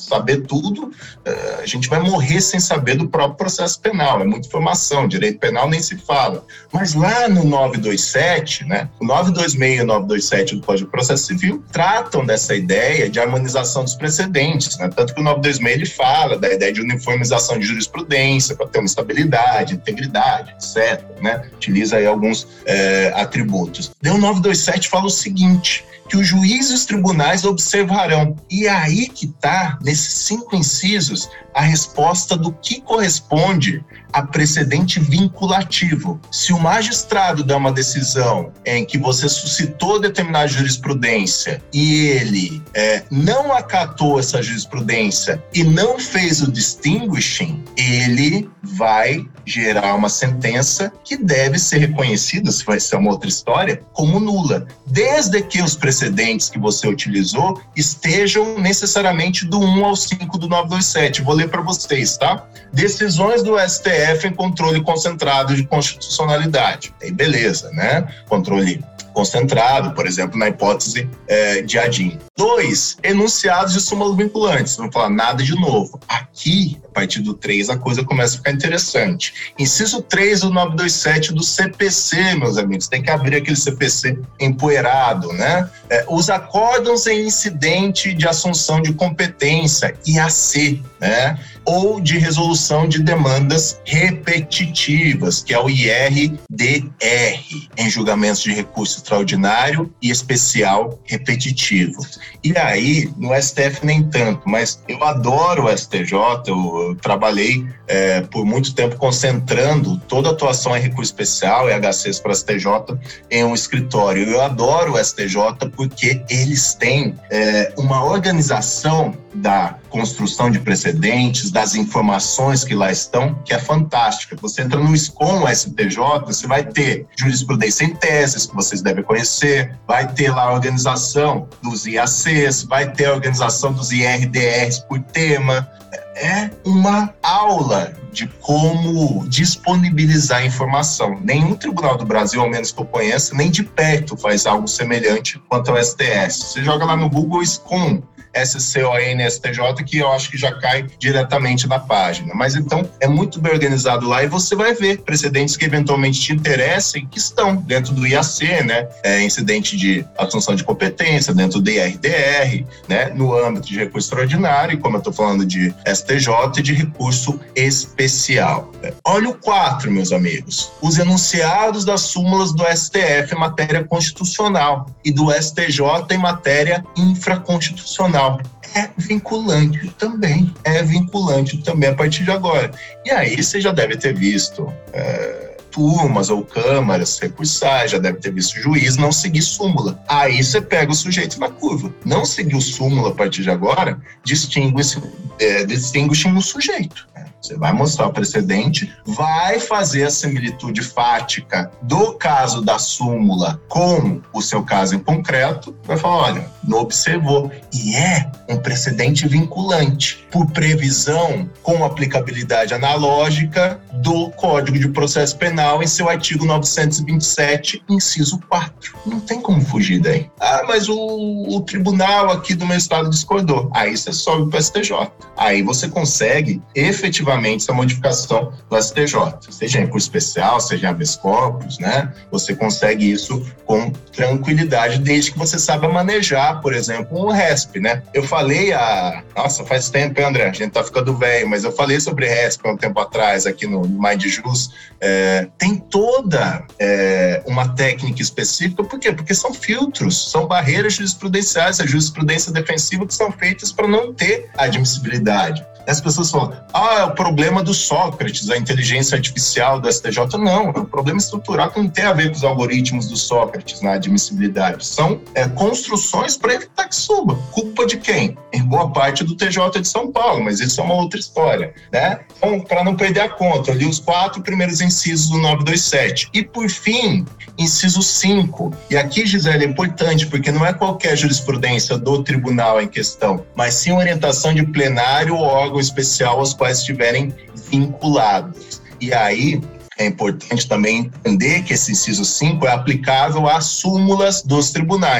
saber tudo, a gente vai morrer sem saber do próprio processo penal, é muita informação, direito penal nem se fala. Mas lá no 927, né, o 926 e o 927 do Código de Processo Civil tratam dessa ideia de harmonização dos precedentes, né, tanto que o 926 ele fala da ideia de uniformização de jurisprudência para ter uma estabilidade, integridade, etc., né, utiliza aí alguns atributos. Daí o 927 fala o seguinte, que os juízes e os tribunais observarão. E é aí que está, nesses 5 incisos, a resposta do que corresponde a precedente vinculativo. Se o magistrado dá uma decisão em que você suscitou determinada jurisprudência e ele não acatou essa jurisprudência e não fez o distinguishing, ele vai gerar uma sentença que deve ser reconhecida, se vai ser uma outra história, como nula, desde que os precedentes que você utilizou estejam necessariamente do 1 ao 5 do 927. Vou ler para vocês, tá? Decisões do STF em controle concentrado de constitucionalidade. Aí beleza, né? Controle concentrado, por exemplo, na hipótese de ADIM. 2, enunciados de súmula vinculantes. Não vou falar nada de novo. Aqui, a partir do 3, a coisa começa a ficar interessante. Inciso 3 do 927 do CPC, meus amigos. Tem que abrir aquele CPC empoeirado, né? Os acórdãos em incidente de assunção de competência, IAC, né? Ou de resolução de demandas repetitivas, que é o IRDR, em julgamentos de recurso extraordinário e especial repetitivo. E aí, no STF nem tanto, mas eu adoro o STJ, eu trabalhei por muito tempo concentrando toda a atuação em recurso especial e HCs para o STJ em um escritório. Eu adoro o STJ porque eles têm uma organização da construção de precedentes, das informações que lá estão, que é fantástica. Você entra no SCOM STJ, você vai ter jurisprudência em teses, que vocês devem conhecer, vai ter lá a organização dos IACs, vai ter a organização dos IRDRs por tema. É uma aula de como disponibilizar informação. Nenhum tribunal do Brasil, ao menos que eu conheça, nem de perto faz algo semelhante quanto ao STS. Você joga lá no Google SCOM, SCON-STJ, que eu acho que já cai diretamente na página. Mas então, é muito bem organizado lá e você vai ver precedentes que eventualmente te interessem, que estão dentro do IAC, né? Incidente de assunção de competência, dentro do IRDR, né? No âmbito de recurso extraordinário, como eu estou falando de STJ e de recurso especial. Olha o 4, meus amigos. Os enunciados das súmulas do STF em matéria constitucional e do STJ em matéria infraconstitucional. É vinculante também a partir de agora. E aí você já deve ter visto turmas ou câmaras recursais, já deve ter visto juiz não seguir súmula. Aí você pega o sujeito na curva. Não seguiu súmula a partir de agora, distinguish no sujeito. Você vai mostrar o precedente, vai fazer a similitude fática do caso da súmula com o seu caso em concreto, vai falar, olha, não observou. E é um precedente vinculante, por previsão com aplicabilidade analógica do Código de Processo Penal em seu artigo 927, inciso 4. Não tem como fugir daí. Ah, mas o tribunal aqui do meu estado discordou. Aí você sobe para o STJ. Aí você consegue efetivamente essa modificação do STJ, seja em recurso especial, seja em habeas corpus, né? Você consegue isso com tranquilidade, desde que você saiba manejar, por exemplo, um RESP, né? Eu falei nossa, faz tempo, hein, André? A gente tá ficando velho, mas eu falei sobre RESP há um tempo atrás, aqui no Mind Jus. Tem toda uma técnica específica, por quê? Porque são filtros, são barreiras jurisprudenciais, a jurisprudência defensiva que são feitas para não ter admissibilidade. As pessoas falam, é o problema do Sócrates, a inteligência artificial do STJ. Não, é um problema estrutural que não tem a ver com os algoritmos do Sócrates na admissibilidade. São construções para evitar que suba. Culpa de quem? Em boa parte do TJ de São Paulo, mas isso é uma outra história, né? Então, para não perder a conta, eu li os 4 primeiros incisos do 927. E, por fim, inciso 5. E aqui, Gisele, é importante, porque não é qualquer jurisprudência do tribunal em questão, mas sim orientação de plenário ou órgão especial aos quais estiverem vinculados. E aí, é importante também entender que esse inciso 5 é aplicável às súmulas dos tribunais.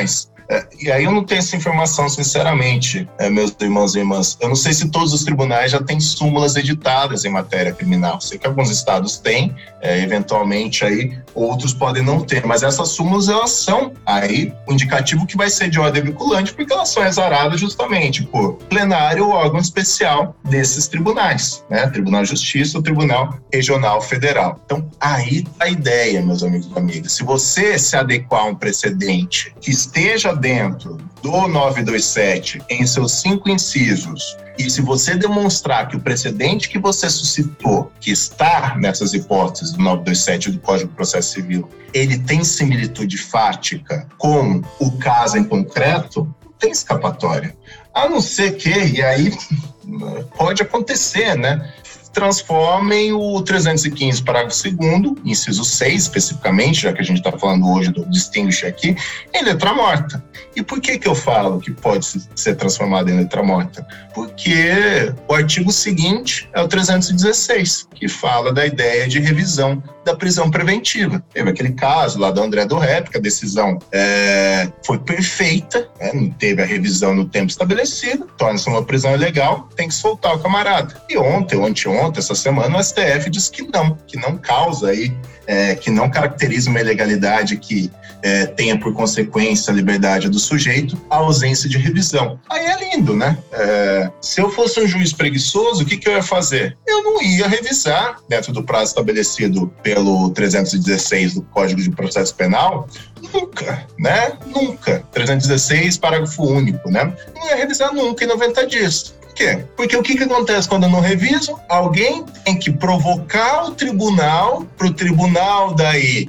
E aí eu não tenho essa informação, sinceramente, meus irmãos e irmãs. Eu não sei se todos os tribunais já têm súmulas editadas em matéria criminal. Sei que alguns estados têm, eventualmente aí outros podem não ter, mas essas súmulas, elas são aí o indicativo que vai ser de ordem vinculante, porque elas são exaradas justamente por plenário ou órgão especial desses tribunais, né? Tribunal de Justiça ou Tribunal Regional Federal. Então, aí tá a ideia, meus amigos e amigas. Se você se adequar a um precedente que esteja dentro do 927 em seus 5 incisos, e se você demonstrar que o precedente que você suscitou, que está nessas hipóteses do 927 do Código de Processo Civil, ele tem similitude fática com o caso em concreto, não tem escapatória. A não ser que, e aí pode acontecer, né? Transformem o 315, parágrafo 2º, inciso 6, especificamente, já que a gente está falando hoje do distinguish aqui, em letra morta. E por que eu falo que pode ser transformado em letra morta? Porque o artigo seguinte é o 316, que fala da ideia de revisão da prisão preventiva. Teve aquele caso lá do André do Rep, que a decisão foi perfeita, não teve a revisão no tempo estabelecido, torna-se uma prisão ilegal, tem que soltar o camarada. E ontem, ou anteontem, essa semana, o STF disse que não causa aí, que não caracteriza uma ilegalidade que tenha por consequência a liberdade do sujeito, a ausência de revisão. Aí é lindo, né? Se eu fosse um juiz preguiçoso, o que eu ia fazer? Eu não ia revisar, dentro do prazo estabelecido pelo 316 do Código de Processo Penal, nunca, né? Nunca. 316, parágrafo único, né? Não ia revisar nunca em 90 dias. Por quê? Porque o que acontece quando eu não reviso? Alguém tem que provocar o tribunal, para o tribunal daí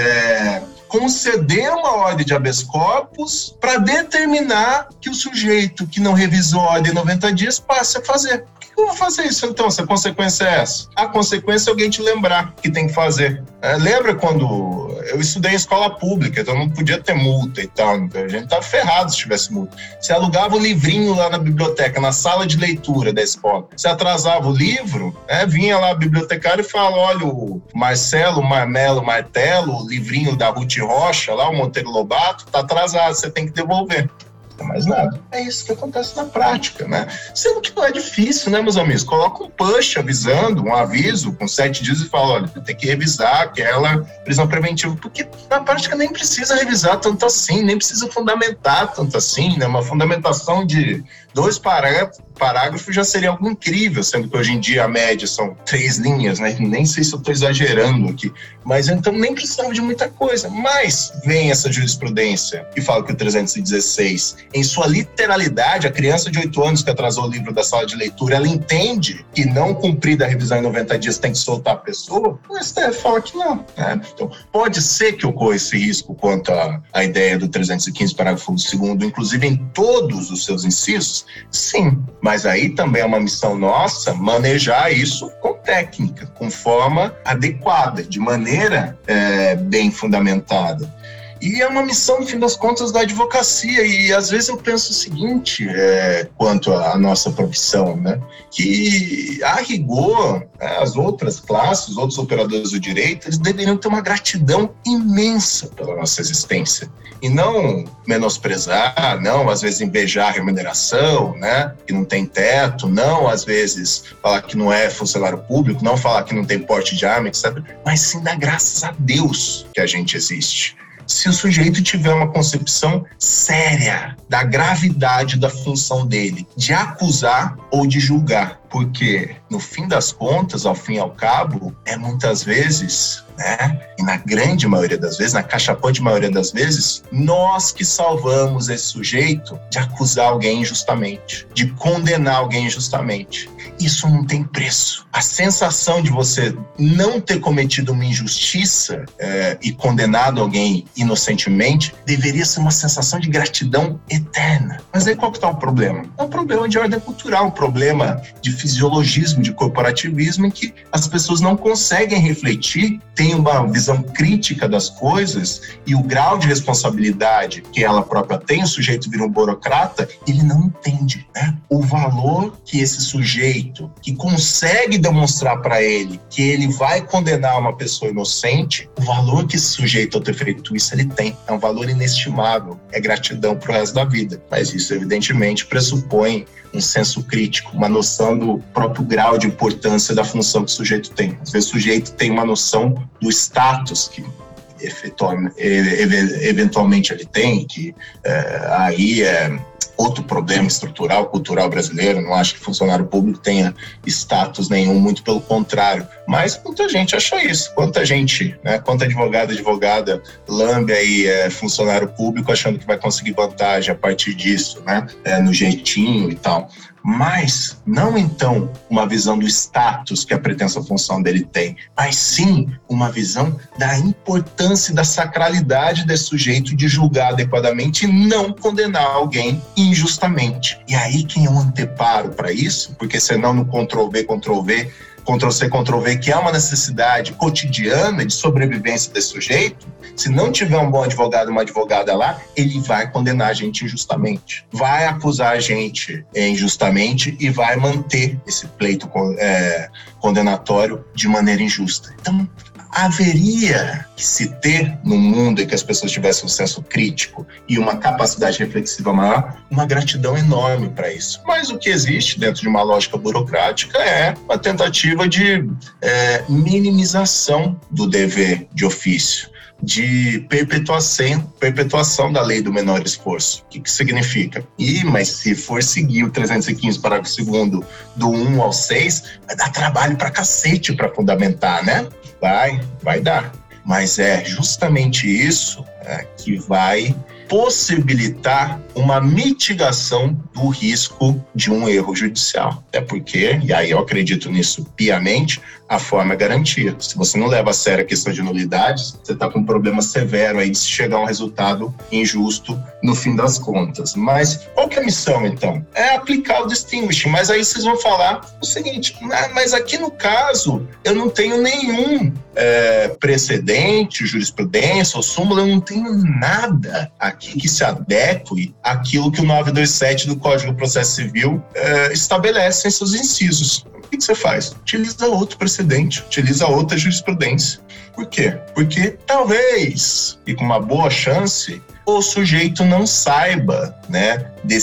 conceder uma ordem de habeas corpus para determinar que o sujeito que não revisou a ordem em 90 dias passe a fazer. Por que eu vou fazer isso então, se a consequência é essa? A consequência é alguém te lembrar que tem que fazer. Lembra quando eu estudei em escola pública, então não podia ter multa e tal, então a gente tava ferrado se tivesse multa. Você alugava o livrinho lá na biblioteca, na sala de leitura da escola. Você atrasava o livro, vinha lá o bibliotecário e fala, olha, o Marcelo, Marmelo, Martelo, o livrinho da Ruth Rocha, lá o Monteiro Lobato, tá atrasado, você tem que devolver. Não mais nada. É isso que acontece na prática, né? Sendo que não é difícil, né, meus amigos? Coloca um push avisando, um aviso com 7 dias e fala, olha, tem que revisar aquela prisão preventiva, porque na prática nem precisa revisar tanto assim, nem precisa fundamentar tanto assim, né? Uma fundamentação de 2 parágrafos já seria algo incrível, sendo que hoje em dia a média são 3 linhas, né? Nem sei se eu estou exagerando aqui, mas então nem precisava de muita coisa. Mas vem essa jurisprudência que fala que o 316, em sua literalidade, a criança de 8 anos que atrasou o livro da sala de leitura, ela entende que não cumprida a revisão em 90 dias tem que soltar a pessoa, o STF fala que não. Né? Então, pode ser que ocorra esse risco quanto à ideia do 315, parágrafo 2º, inclusive em todos os seus incisos, sim. Mas aí também é uma missão nossa manejar isso com técnica, com forma adequada, de maneira bem fundamentada. E é uma missão, no fim das contas, da advocacia. E às vezes eu penso o seguinte, quanto à nossa profissão, né? Que, a rigor, as outras classes, os outros operadores do direito, eles deveriam ter uma gratidão imensa pela nossa existência. E não menosprezar, não, às vezes, invejar a remuneração, né? Que não tem teto, não, às vezes, falar que não é funcionário público, não falar que não tem porte de arma, etc. Mas sim dar graças a Deus que a gente existe. Se o sujeito tiver uma concepção séria da gravidade da função dele, de acusar ou de julgar, porque no fim das contas, ao fim e ao cabo, muitas vezes, né, e na grande maioria das vezes, na cachapante maioria das vezes, nós que salvamos esse sujeito de acusar alguém injustamente, de condenar alguém injustamente. Isso não tem preço. A sensação de você não ter cometido uma injustiça e condenado alguém inocentemente deveria ser uma sensação de gratidão eterna. Mas aí qual que está o problema? É um problema de ordem cultural, um problema de fisiologismo, de corporativismo, em que as pessoas não conseguem refletir, têm uma visão crítica das coisas e o grau de responsabilidade que ela própria tem, o sujeito vira um burocrata, ele não entende, né? O valor que esse sujeito, que consegue demonstrar para ele que ele vai condenar uma pessoa inocente, o valor que esse sujeito, ao ter feito isso, ele tem. É um valor inestimável, é gratidão pro resto da vida. Mas isso, evidentemente, pressupõe um senso crítico, uma noção do próprio grau de importância da função que o sujeito tem. Às vezes o sujeito tem uma noção do status que eventualmente ele tem, que aí é outro problema estrutural, cultural brasileiro. Não acho que funcionário público tenha status nenhum, muito pelo contrário. Mas muita gente acha isso. Quanta gente, né? Quanta advogada lambe aí funcionário público achando que vai conseguir vantagem a partir disso, né? No jeitinho e tal. Mas não, então, uma visão do status que a pretensa função dele tem, mas sim uma visão da importância e da sacralidade desse sujeito de julgar adequadamente e não condenar alguém injustamente. E aí quem é um anteparo para isso? Porque senão no Ctrl-V, Ctrl-V, Ctrl-C, Ctrl-V, que é uma necessidade cotidiana de sobrevivência desse sujeito, se não tiver um bom advogado, uma advogada lá, ele vai condenar a gente injustamente, vai acusar a gente injustamente e vai manter esse pleito condenatório de maneira injusta. Então, haveria que se ter, num mundo em que as pessoas tivessem um senso crítico e uma capacidade reflexiva maior, uma gratidão enorme para isso. Mas o que existe dentro de uma lógica burocrática é uma tentativa de minimização do dever de ofício, de perpetuação da lei do menor esforço. O que significa? Mas se for seguir o 315, parágrafo 2º, do 1 ao 6, vai dar trabalho pra cacete pra fundamentar, né? Vai dar. Mas é justamente isso que vai possibilitar uma mitigação do risco de um erro judicial. Até porque, e aí eu acredito nisso piamente, a forma é garantia. Se você não leva a sério a questão de nulidades, você está com um problema severo aí de se chegar a um resultado injusto no fim das contas. Mas qual que é a missão, então? É aplicar o distinguishing. Mas aí vocês vão falar o seguinte, mas aqui no caso, eu não tenho nenhum precedente, jurisprudência ou súmula, eu não tenho nada aqui que se adeque àquilo que o 927 do Código de Processo Civil estabelece em seus incisos. O que você faz? Utiliza outro precedente, utiliza outra jurisprudência. Por quê? Porque talvez, e com uma boa chance, o sujeito não saiba, né,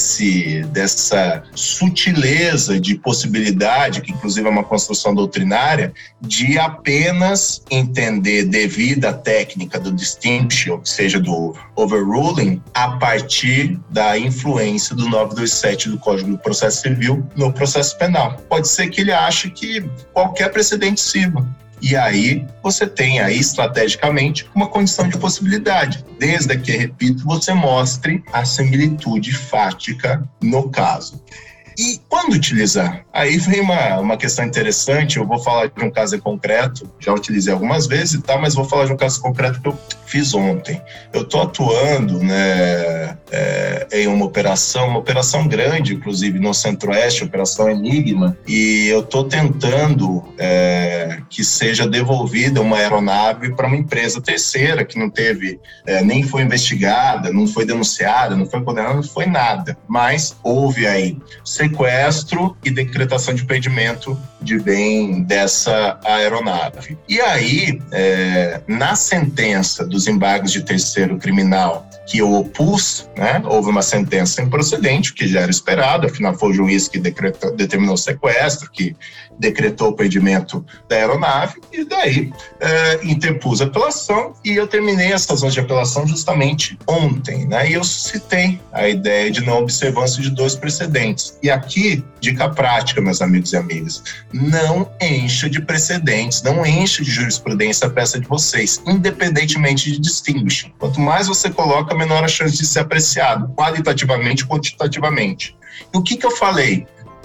dessa sutileza de possibilidade, que inclusive é uma construção doutrinária, de apenas entender devido à técnica do distinction, ou seja, do overruling, a partir da influência do 927 do Código do Processo Civil no processo penal. Pode ser que ele ache que qualquer precedente sirva. E aí você tem aí estrategicamente uma condição de possibilidade, desde que, repito, você mostre a similitude fática no caso. E quando utilizar? Aí vem uma questão interessante. Eu vou falar de um caso em concreto, já utilizei algumas vezes e tal, mas vou falar de um caso concreto que eu fiz ontem. Eu estou atuando, né, em uma operação grande, inclusive no Centro-Oeste, Operação Enigma, e eu estou tentando que seja devolvida uma aeronave para uma empresa terceira que não teve, nem foi investigada, não foi denunciada, não foi condenada, não foi nada. Mas houve aí sequestro e decretação de impedimento de bem dessa aeronave. E aí, na sentença dos embargos de terceiro criminal que eu opus, né, houve uma sentença improcedente, que já era esperado, afinal foi o juiz que determinou o sequestro, que decretou o perdimento da aeronave, e daí interpus a apelação, e eu terminei as razões de apelação justamente ontem, né, e eu citei a ideia de não observância de dois precedentes. E aqui, dica prática, meus amigos e amigas, não encha de precedentes, não encha de jurisprudência a peça de vocês, independentemente de distinguishing. Quanto mais você coloca, menor a chance de ser apreciado, qualitativamente e quantitativamente. E o que eu falei?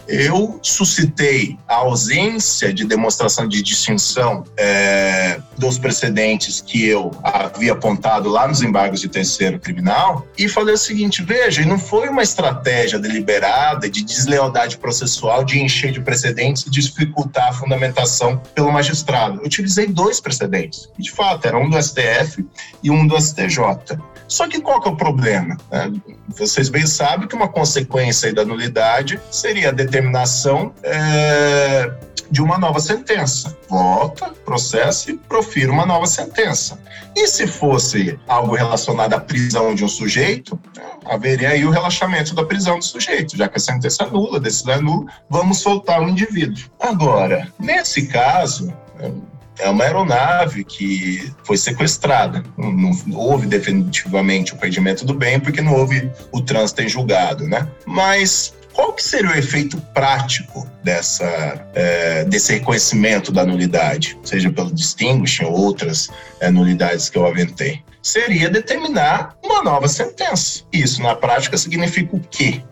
eu suscitei a ausência de demonstração de distinção dos precedentes que eu havia apontado lá nos embargos de terceiro criminal e falei o seguinte, veja, não foi uma estratégia deliberada de deslealdade processual de encher de precedentes e dificultar a fundamentação pelo magistrado. Eu utilizei 2 precedentes, e de fato, era um do STF e um do STJ. Só que qual que é o problema? Vocês bem sabem que uma consequência aí da nulidade seria a determinação de uma nova sentença. Volta, processa e profira uma nova sentença. E se fosse algo relacionado à prisão de um sujeito, haveria aí o relaxamento da prisão do sujeito, já que a sentença é nula, a decisão é nula, vamos soltar o indivíduo. Agora, nesse caso, é uma aeronave que foi sequestrada. Não houve definitivamente o perdimento do bem, porque não houve o trânsito em julgado, né? Mas qual que seria o efeito prático desse reconhecimento da nulidade, seja pelo distinguishing ou outras nulidades que eu aventei? Seria determinar uma nova sentença. Isso, na prática, significa o quê?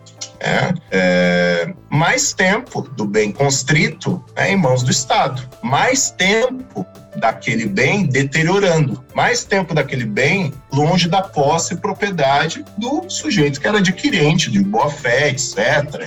Mais tempo do bem constrito em mãos do Estado, mais tempo daquele bem deteriorando, mais tempo daquele bem longe da posse e propriedade do sujeito que era adquirente, de boa-fé, etc.,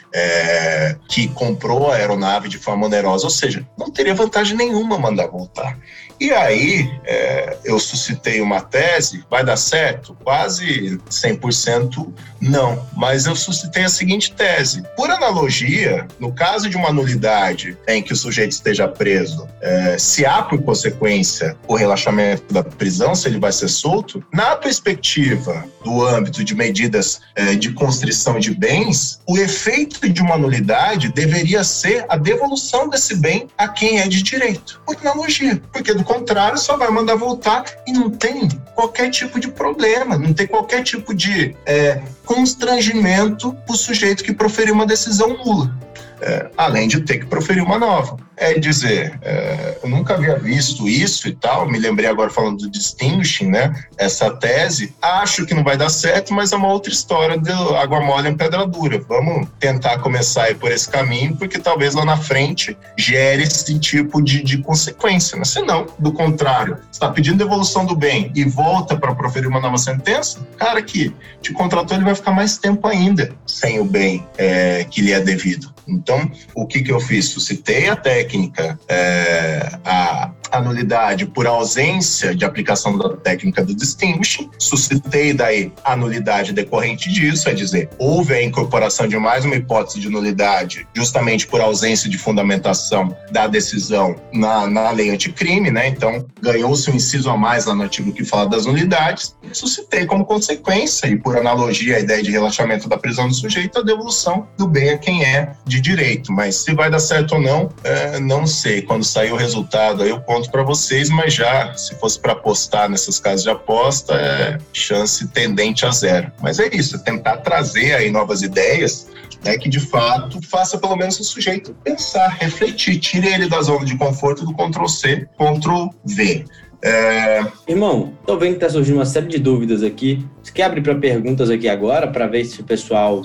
que comprou a aeronave de forma onerosa, ou seja, não teria vantagem nenhuma mandar voltar. E aí, eu suscitei uma tese, vai dar certo? Quase 100% não, mas eu suscitei a seguinte tese. Por analogia, no caso de uma nulidade em que o sujeito esteja preso, se há por consequência o relaxamento da prisão, se ele vai ser solto, na perspectiva do âmbito de medidas de constrição de bens, o efeito de uma nulidade deveria ser a devolução desse bem a quem é de direito. Por analogia, porque do contrário só vai mandar voltar e não tem qualquer tipo de problema, não tem qualquer tipo de constrangimento para o sujeito que proferiu uma decisão nula. Além de ter que proferir uma nova. É dizer, eu nunca havia visto isso e tal, me lembrei agora falando do distinguishing, né? Essa tese, acho que não vai dar certo, mas é uma outra história de água mole em pedra dura. Vamos tentar começar aí por esse caminho, porque talvez lá na frente gere esse tipo de consequência, né? Se não, do contrário, você está pedindo devolução do bem e volta para proferir uma nova sentença, cara que te contratou, ele vai ficar mais tempo ainda sem o bem que lhe é devido. Então, o que eu fiz? Suscitei a técnica, a nulidade por ausência de aplicação da técnica do distinguishing, suscitei daí a nulidade decorrente disso, é dizer, houve a incorporação de mais uma hipótese de nulidade justamente por ausência de fundamentação da decisão na lei anticrime, né? Então, ganhou-se um inciso a mais lá no artigo que fala das nulidades, suscitei como consequência, e por analogia a ideia de relaxamento da prisão do sujeito, a devolução do bem a quem é de direito. Mas se vai dar certo ou não, não sei. Quando sair o resultado, aí eu conto para vocês, mas já, se fosse para apostar nessas casas de aposta, chance tendente a 0. Mas é isso, tentar trazer aí novas ideias, né, que de fato faça pelo menos o sujeito pensar, refletir, tire ele da zona de conforto do Ctrl+C, Ctrl+V. Irmão, tô vendo que tá surgindo uma série de dúvidas aqui. Você quer abrir para perguntas aqui agora, para ver se o pessoal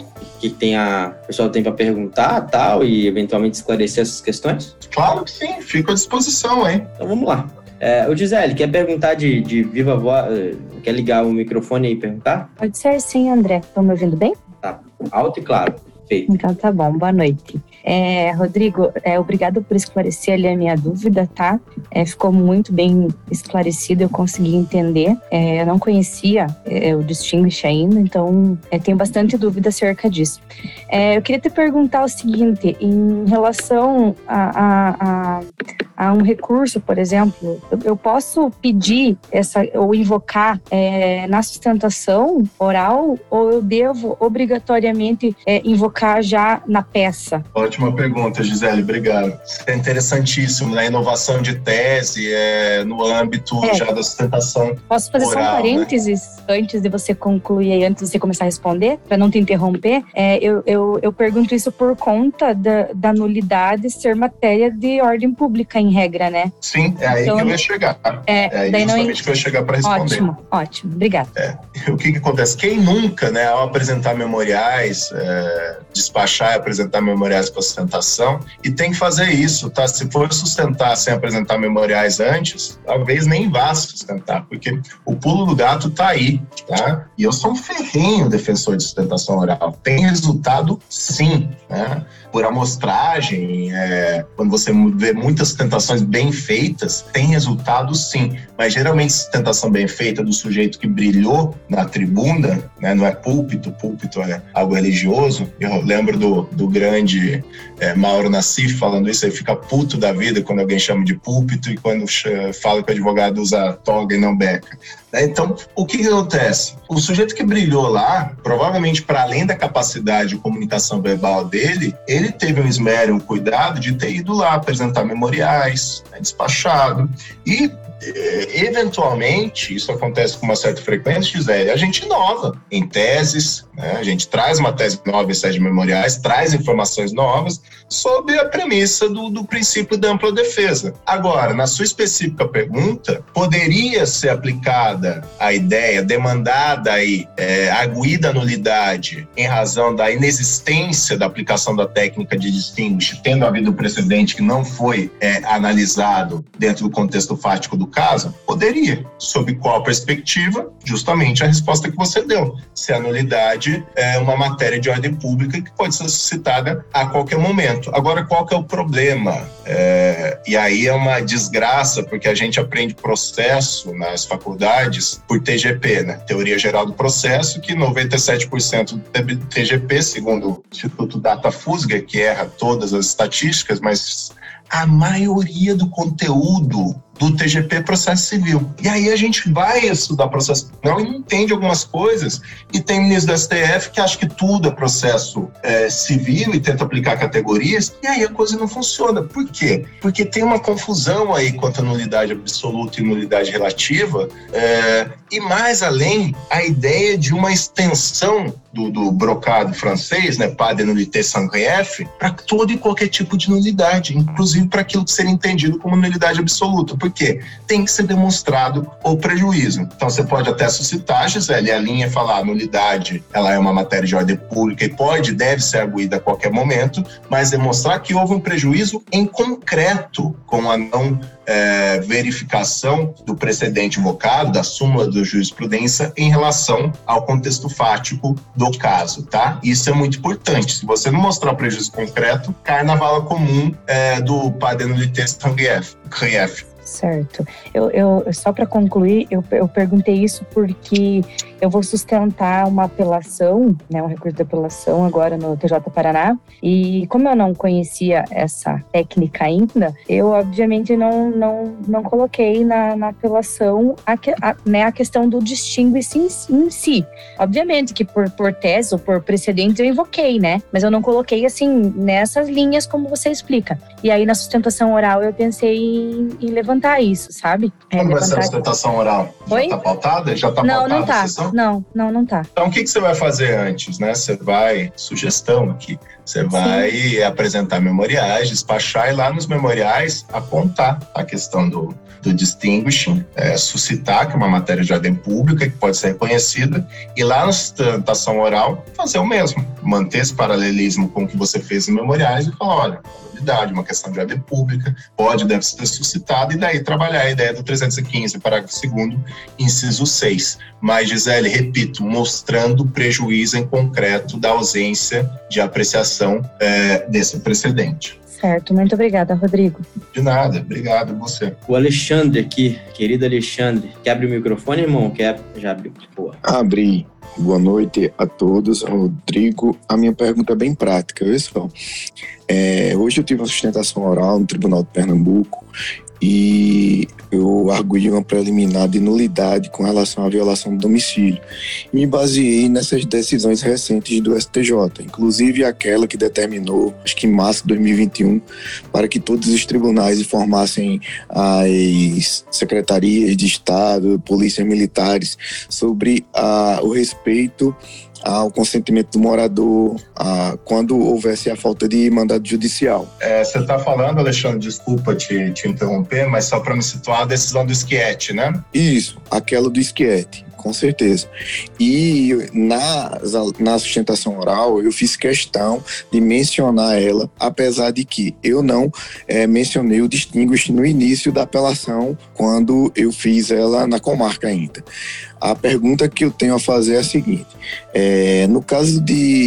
tem para perguntar tal, e eventualmente esclarecer essas questões? Claro que sim, fico à disposição, hein? Então vamos lá. O Gisele, quer perguntar de viva voz? Quer ligar o microfone aí e perguntar? Pode ser sim, André. Estão me ouvindo bem? Tá, alto e claro. Feito. Então tá bom, boa noite. Rodrigo, obrigado por esclarecer ali a minha dúvida, tá? Ficou muito bem esclarecido, eu consegui entender. Eu não conhecia o Distinguish ainda, então tenho bastante dúvida acerca disso. Eu queria te perguntar o seguinte, em relação a um recurso, por exemplo, eu posso pedir ou invocar na sustentação oral, ou eu devo obrigatoriamente invocar já na peça? Ótima pergunta, Gisele, obrigado. É interessantíssimo, né? Inovação de tese no âmbito já da sustentação. Posso fazer oral, só um parênteses, né? Antes de você concluir aí, antes de você começar a responder, para não te interromper? Eu pergunto isso por conta da nulidade ser matéria de ordem pública em em regra, né? Sim, é aí que eu ia chegar. É aí justamente que eu ia chegar para responder. Ótimo, obrigada. O que acontece? Quem nunca, né, ao apresentar memoriais, despachar e apresentar memoriais para sustentação, e tem que fazer isso, tá? Se for sustentar sem apresentar memoriais antes, talvez nem vá sustentar, porque o pulo do gato tá aí, tá? E eu sou um ferrenho defensor de sustentação oral. Tem resultado, sim, né? Por amostragem, quando você vê muitas sustentações bem feitas, tem resultado sim, mas geralmente sustentação bem feita do sujeito que brilhou na tribuna, né, não é púlpito é algo religioso. Eu lembro do grande Mauro Nassif falando isso, ele fica puto da vida quando alguém chama de púlpito e quando fala que o advogado usa toga e não beca. Então, o que acontece? O sujeito que brilhou lá, provavelmente para além da capacidade de comunicação verbal dele, ele teve um esmero, um cuidado de ter ido lá apresentar memoriais, despachado. E, eventualmente, isso acontece com uma certa frequência, Gisele, a gente inova em teses, né? A gente traz uma tese nova em série de memoriais, traz informações novas sob a premissa do princípio da ampla defesa. Agora, na sua específica pergunta, poderia ser aplicada a ideia, demandada aí, arguída nulidade em razão da inexistência da aplicação da técnica de distinguish, tendo havido um precedente que não foi analisado dentro do contexto fático do caso? Poderia. Sob qual perspectiva? Justamente a resposta que você deu. Se a nulidade é uma matéria de ordem pública que pode ser suscitada a qualquer momento. Agora, qual que é o problema? E aí é uma desgraça, porque a gente aprende processo nas faculdades por TGP, né? Teoria Geral do Processo, que 97% do TGP, segundo o Instituto Datafolha, que erra todas as estatísticas, mas a maioria do conteúdo do TGP é processo civil. E aí a gente vai estudar processo penal e não entende algumas coisas. E tem ministro do STF que acha que tudo é processo civil e tenta aplicar categorias, e aí a coisa não funciona. Por quê? Porque tem uma confusão aí quanto à nulidade absoluta e nulidade relativa, e mais além, a ideia de uma extensão do brocado francês, né, pas de nullité sans grief, para todo e qualquer tipo de nulidade, inclusive para aquilo que seria entendido como nulidade absoluta. Por quê? Tem que ser demonstrado o prejuízo. Então você pode até suscitar, Gisele, a linha falar a nulidade, ela é uma matéria de ordem pública e deve ser arguída a qualquer momento, mas demonstrar que houve um prejuízo em concreto com a não verificação do precedente invocado, da súmula da jurisprudência em relação ao contexto fático do caso, tá? Isso é muito importante. Se você não mostrar o prejuízo concreto, cai na vala comum do pas de nullité sans grief. Certo. Eu só para concluir, eu perguntei isso porque eu vou sustentar uma apelação, né, um recurso de apelação agora no TJ Paraná, e como eu não conhecia essa técnica ainda, eu obviamente não coloquei na apelação a questão do distinguish em si. Obviamente que por tese ou por precedente eu invoquei, né, mas eu não coloquei assim nessas linhas como você explica. E aí na sustentação oral eu pensei em levantar isso, sabe? Quando vai ser a sustentação oral? Oi? Já tá pautada? Já tá pautada não tá. a sessão? Não tá. Então, o que você vai fazer antes, né? Você vai, sugestão aqui, você vai apresentar memoriais, despachar e lá nos memoriais apontar a questão do distinguishing, suscitar que é uma matéria de ordem pública que pode ser reconhecida, e lá na sustentação oral fazer o mesmo, manter esse paralelismo com o que você fez em memoriais e falar, olha, uma questão de ordem pública, deve ser suscitada, e daí trabalhar a ideia do 315, parágrafo 2º, inciso 6. Mas, Gisele, repito, mostrando o prejuízo em concreto da ausência de apreciação desse precedente. Certo, muito obrigada, Rodrigo. De nada, obrigado a você. O Alexandre aqui, querido Alexandre, quer abrir o microfone, irmão? Já abriu. Boa. Abri. Boa noite a todos. Rodrigo, a minha pergunta é bem prática, viu só? Hoje eu tive uma sustentação oral no Tribunal de Pernambuco e eu arguí uma preliminar de nulidade com relação à violação do domicílio. Me baseei nessas decisões recentes do STJ, inclusive aquela que determinou, acho que em março de 2021, para que todos os tribunais informassem as secretarias de Estado, polícias militares, sobre o respeito ao consentimento do morador, quando houvesse a falta de mandado judicial. Você está falando, Alexandre, desculpa te interromper, mas só para me situar, a decisão do esquete, né? Isso, aquela do esquete, com certeza. E na sustentação oral, eu fiz questão de mencionar ela, apesar de que eu não mencionei o distinguish no início da apelação, quando eu fiz ela na comarca ainda. A pergunta que eu tenho a fazer é a seguinte: no caso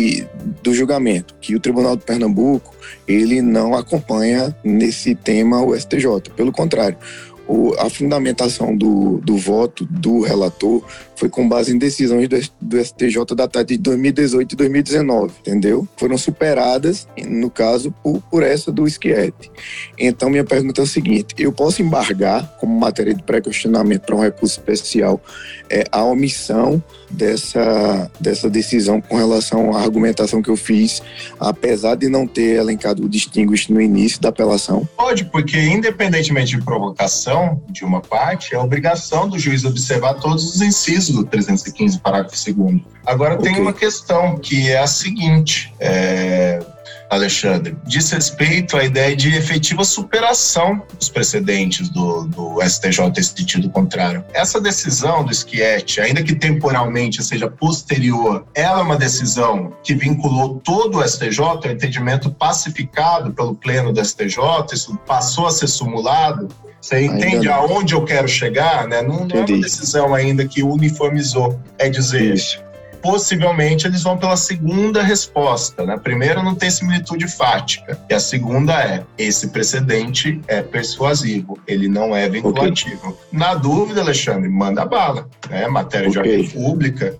do julgamento, que o Tribunal de Pernambuco ele não acompanha nesse tema o STJ, pelo contrário, a fundamentação do voto do relator foi com base em decisões do STJ datadas de 2018 e 2019, entendeu? Foram superadas, no caso, por essa do esquete. Então, minha pergunta é o seguinte: eu posso embargar, como matéria de pré-questionamento para um recurso especial, a omissão dessa decisão com relação à argumentação que eu fiz, apesar de não ter elencado o distinguish no início da apelação? Pode, porque independentemente de provocação de uma parte, é obrigação do juiz observar todos os incisos do 315, parágrafo 2º. Agora, tem uma questão que é a seguinte, Alexandre, diz respeito à ideia de efetiva superação dos precedentes do STJ esse sentido contrário. Essa decisão do esquete, ainda que temporalmente seja posterior, ela é uma decisão que vinculou todo o STJ, o entendimento pacificado pelo pleno do STJ, isso passou a ser simulado. Você entende aonde eu quero chegar, né? Não é uma decisão ainda que uniformizou. É dizer, possivelmente eles vão pela segunda resposta, né? A primeira não tem similitude fática, e a segunda é: esse precedente é persuasivo, ele não é vinculativo. Na dúvida, Alexandre, manda bala, né? Matéria de ordem pública,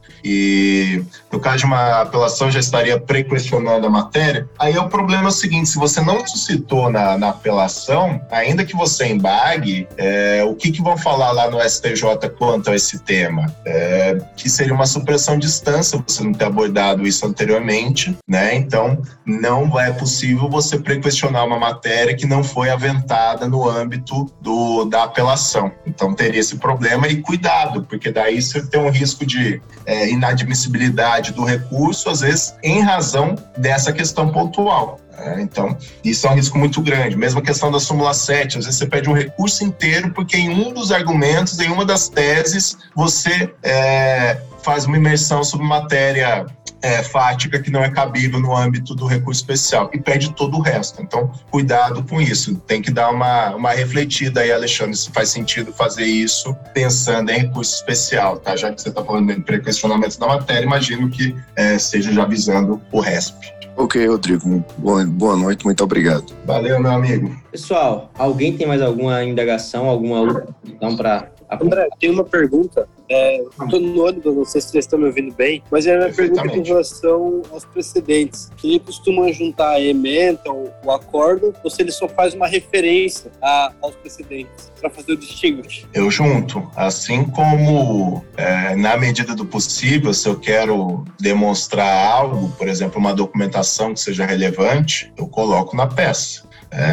e no caso de uma apelação já estaria pré-questionando a matéria. Aí o problema é o seguinte: se você não suscitou na apelação, ainda que você embargue, o que vão falar lá no STJ quanto a esse tema? Que seria uma supressão de instância, você não ter abordado isso anteriormente, né? Então, não é possível você pré-questionar uma matéria que não foi aventada no âmbito da apelação. Então, teria esse problema, e cuidado, porque daí você tem um risco de inadmissibilidade do recurso, às vezes em razão dessa questão pontual. Então, isso é um risco muito grande. Mesmo a questão da súmula 7, às vezes você pede um recurso inteiro porque em um dos argumentos, em uma das teses, você faz uma imersão sobre matéria fática que não é cabível no âmbito do recurso especial, e perde todo o resto. Então, cuidado com isso. Tem que dar uma refletida aí, Alexandre, se faz sentido fazer isso pensando em recurso especial, tá? Já que você está falando de pré-questionamento da matéria, imagino que seja já visando o RESP. Ok, Rodrigo. Boa noite, muito obrigado. Valeu, meu amigo. Pessoal, alguém tem mais alguma indagação, alguma outra questão para... André, tem uma pergunta. Estou no ônibus, não sei se vocês estão me ouvindo bem, mas é uma pergunta com relação aos precedentes. Se ele costuma juntar a ementa ou o acordo, ou se ele só faz uma referência aos precedentes para fazer o distinguish? Eu junto. Assim como, na medida do possível, se eu quero demonstrar algo, por exemplo, uma documentação que seja relevante, eu coloco na peça.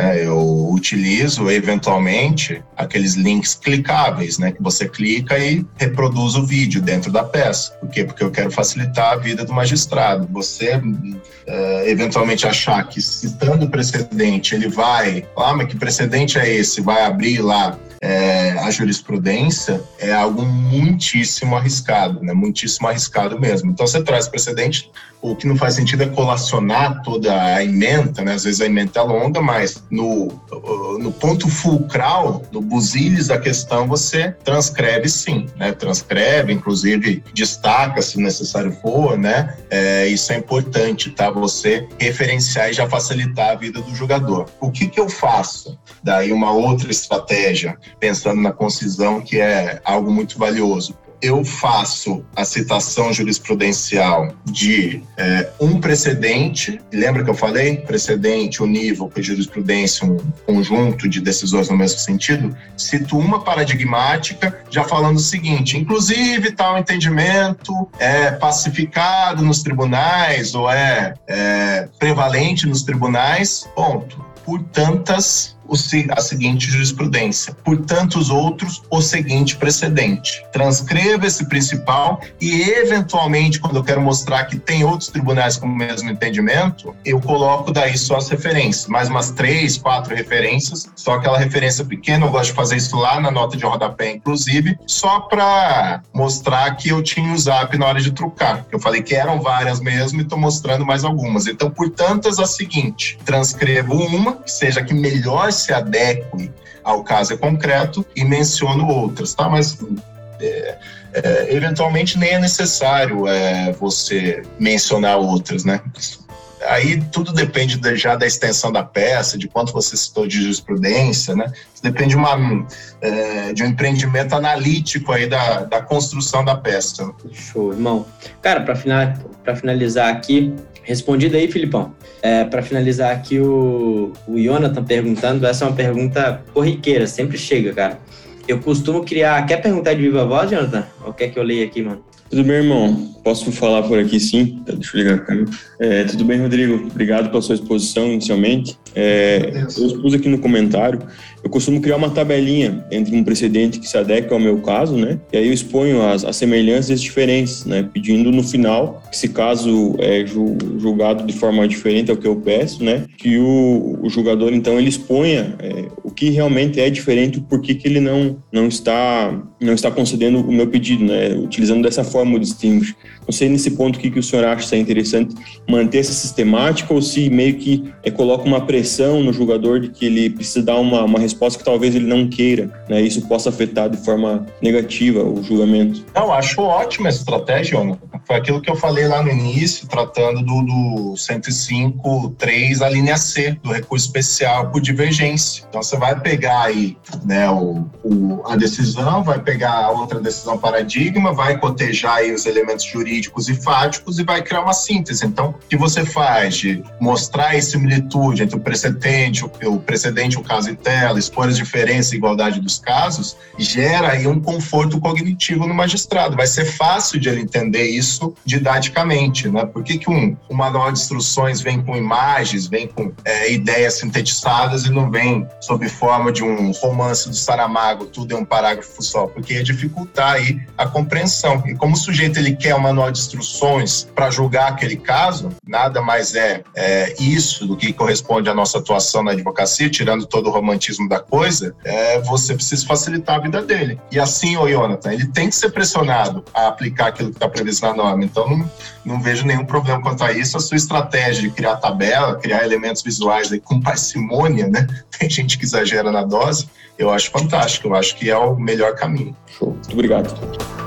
Eu utilizo, eventualmente, aqueles links clicáveis, né? Que você clica e reproduz o vídeo dentro da peça. Por quê? Porque eu quero facilitar a vida do magistrado. Você, eventualmente, achar que, citando o precedente, ele vai... mas que precedente é esse? Vai abrir lá a jurisprudência, é algo muitíssimo arriscado, né? Muitíssimo arriscado mesmo. Então, você traz precedente, o que não faz sentido é colacionar toda a ementa, né? Às vezes a ementa é longa, mas no ponto fulcral, no busilis da questão, você transcreve sim, né? Transcreve, inclusive destaca se necessário for, né? Isso é importante, tá? Você referenciar e já facilitar a vida do julgador. O que eu faço? Daí uma outra estratégia, pensando na concisão, que é algo muito valioso. Eu faço a citação jurisprudencial de um precedente, lembra que eu falei? Precedente, unívoco e jurisprudência, um conjunto de decisões no mesmo sentido. Cito uma paradigmática, já falando o seguinte: inclusive tal entendimento é pacificado nos tribunais ou é prevalente nos tribunais, ponto. Por tantas a seguinte jurisprudência. Por tantos outros, o seguinte precedente. Transcreva esse principal e, eventualmente, quando eu quero mostrar que tem outros tribunais com o mesmo entendimento, eu coloco daí só as referências, mais umas 3, 4 referências, só aquela referência pequena. Eu gosto de fazer isso lá na nota de rodapé, inclusive, só para mostrar que eu tinha o zap na hora de trucar. Eu falei que eram várias mesmo e estou mostrando mais algumas. Então, por tantas, a seguinte: transcrevo uma, que seja que melhor se adeque ao caso concreto, e menciono outras, tá? Mas eventualmente nem é necessário você mencionar outras, né? Aí tudo depende já da extensão da peça, de quanto você citou de jurisprudência, né? Isso depende de um empreendimento analítico aí da construção da peça. Show, irmão. Cara, para finalizar aqui, respondido aí, Filipão. Para finalizar aqui, o Jonathan perguntando, essa é uma pergunta corriqueira, sempre chega, cara. Eu costumo criar... Quer perguntar de viva voz, Jonathan? Ou quer que eu leia aqui, mano? Tudo bem, irmão? Posso falar por aqui, sim? Deixa eu ligar a câmera. Tudo bem, Rodrigo? Obrigado pela sua exposição, inicialmente. Eu expus aqui no comentário, eu costumo criar uma tabelinha entre um precedente que se adequa ao meu caso, né? E aí eu exponho as semelhanças e as diferenças, né? Pedindo no final, que se caso é julgado de forma diferente ao que eu peço, né? Que o julgador, então, ele exponha o que realmente é diferente, o porquê que ele não está concedendo o meu pedido, né? Utilizando dessa forma o distinguish. Não sei nesse ponto o que o senhor acha interessante manter essa sistemática ou se meio que coloca uma pressão no julgador de que ele precisa dar uma resposta que talvez ele não queira, né? Isso possa afetar de forma negativa o julgamento. Eu acho ótima essa estratégia, Jonathan. Foi aquilo que eu falei lá no início, tratando do 105.3, a linha C, do recurso especial por divergência. Então você vai pegar aí, né, a decisão, vai pegar a outra decisão paradigma, vai cotejar aí os elementos jurídicos e fáticos e vai criar uma síntese. Então, o que você faz de mostrar a similitude entre o precedente, o caso e tela, expor as diferenças e igualdade dos casos, gera aí um conforto cognitivo no magistrado. Vai ser fácil de ele entender isso didaticamente, né? Por que um manual de instruções vem com imagens, vem com ideias sintetizadas e não vem sob forma de um romance do Saramago, tudo é um parágrafo só? Porque ia dificultar aí a compreensão. E como o sujeito ele quer um manual de instruções para julgar aquele caso, nada mais isso do que corresponde à nossa atuação na advocacia, tirando todo o romantismo da coisa, você precisa facilitar a vida dele. E assim, Jonathan, ele tem que ser pressionado a aplicar aquilo que está previsto na norma. Então, não vejo nenhum problema quanto a isso. A sua estratégia de criar tabela, criar elementos visuais aí com parcimônia, né? Tem gente que exagera na dose. Eu acho fantástico. Eu acho que é o melhor caminho. Show. Muito obrigado.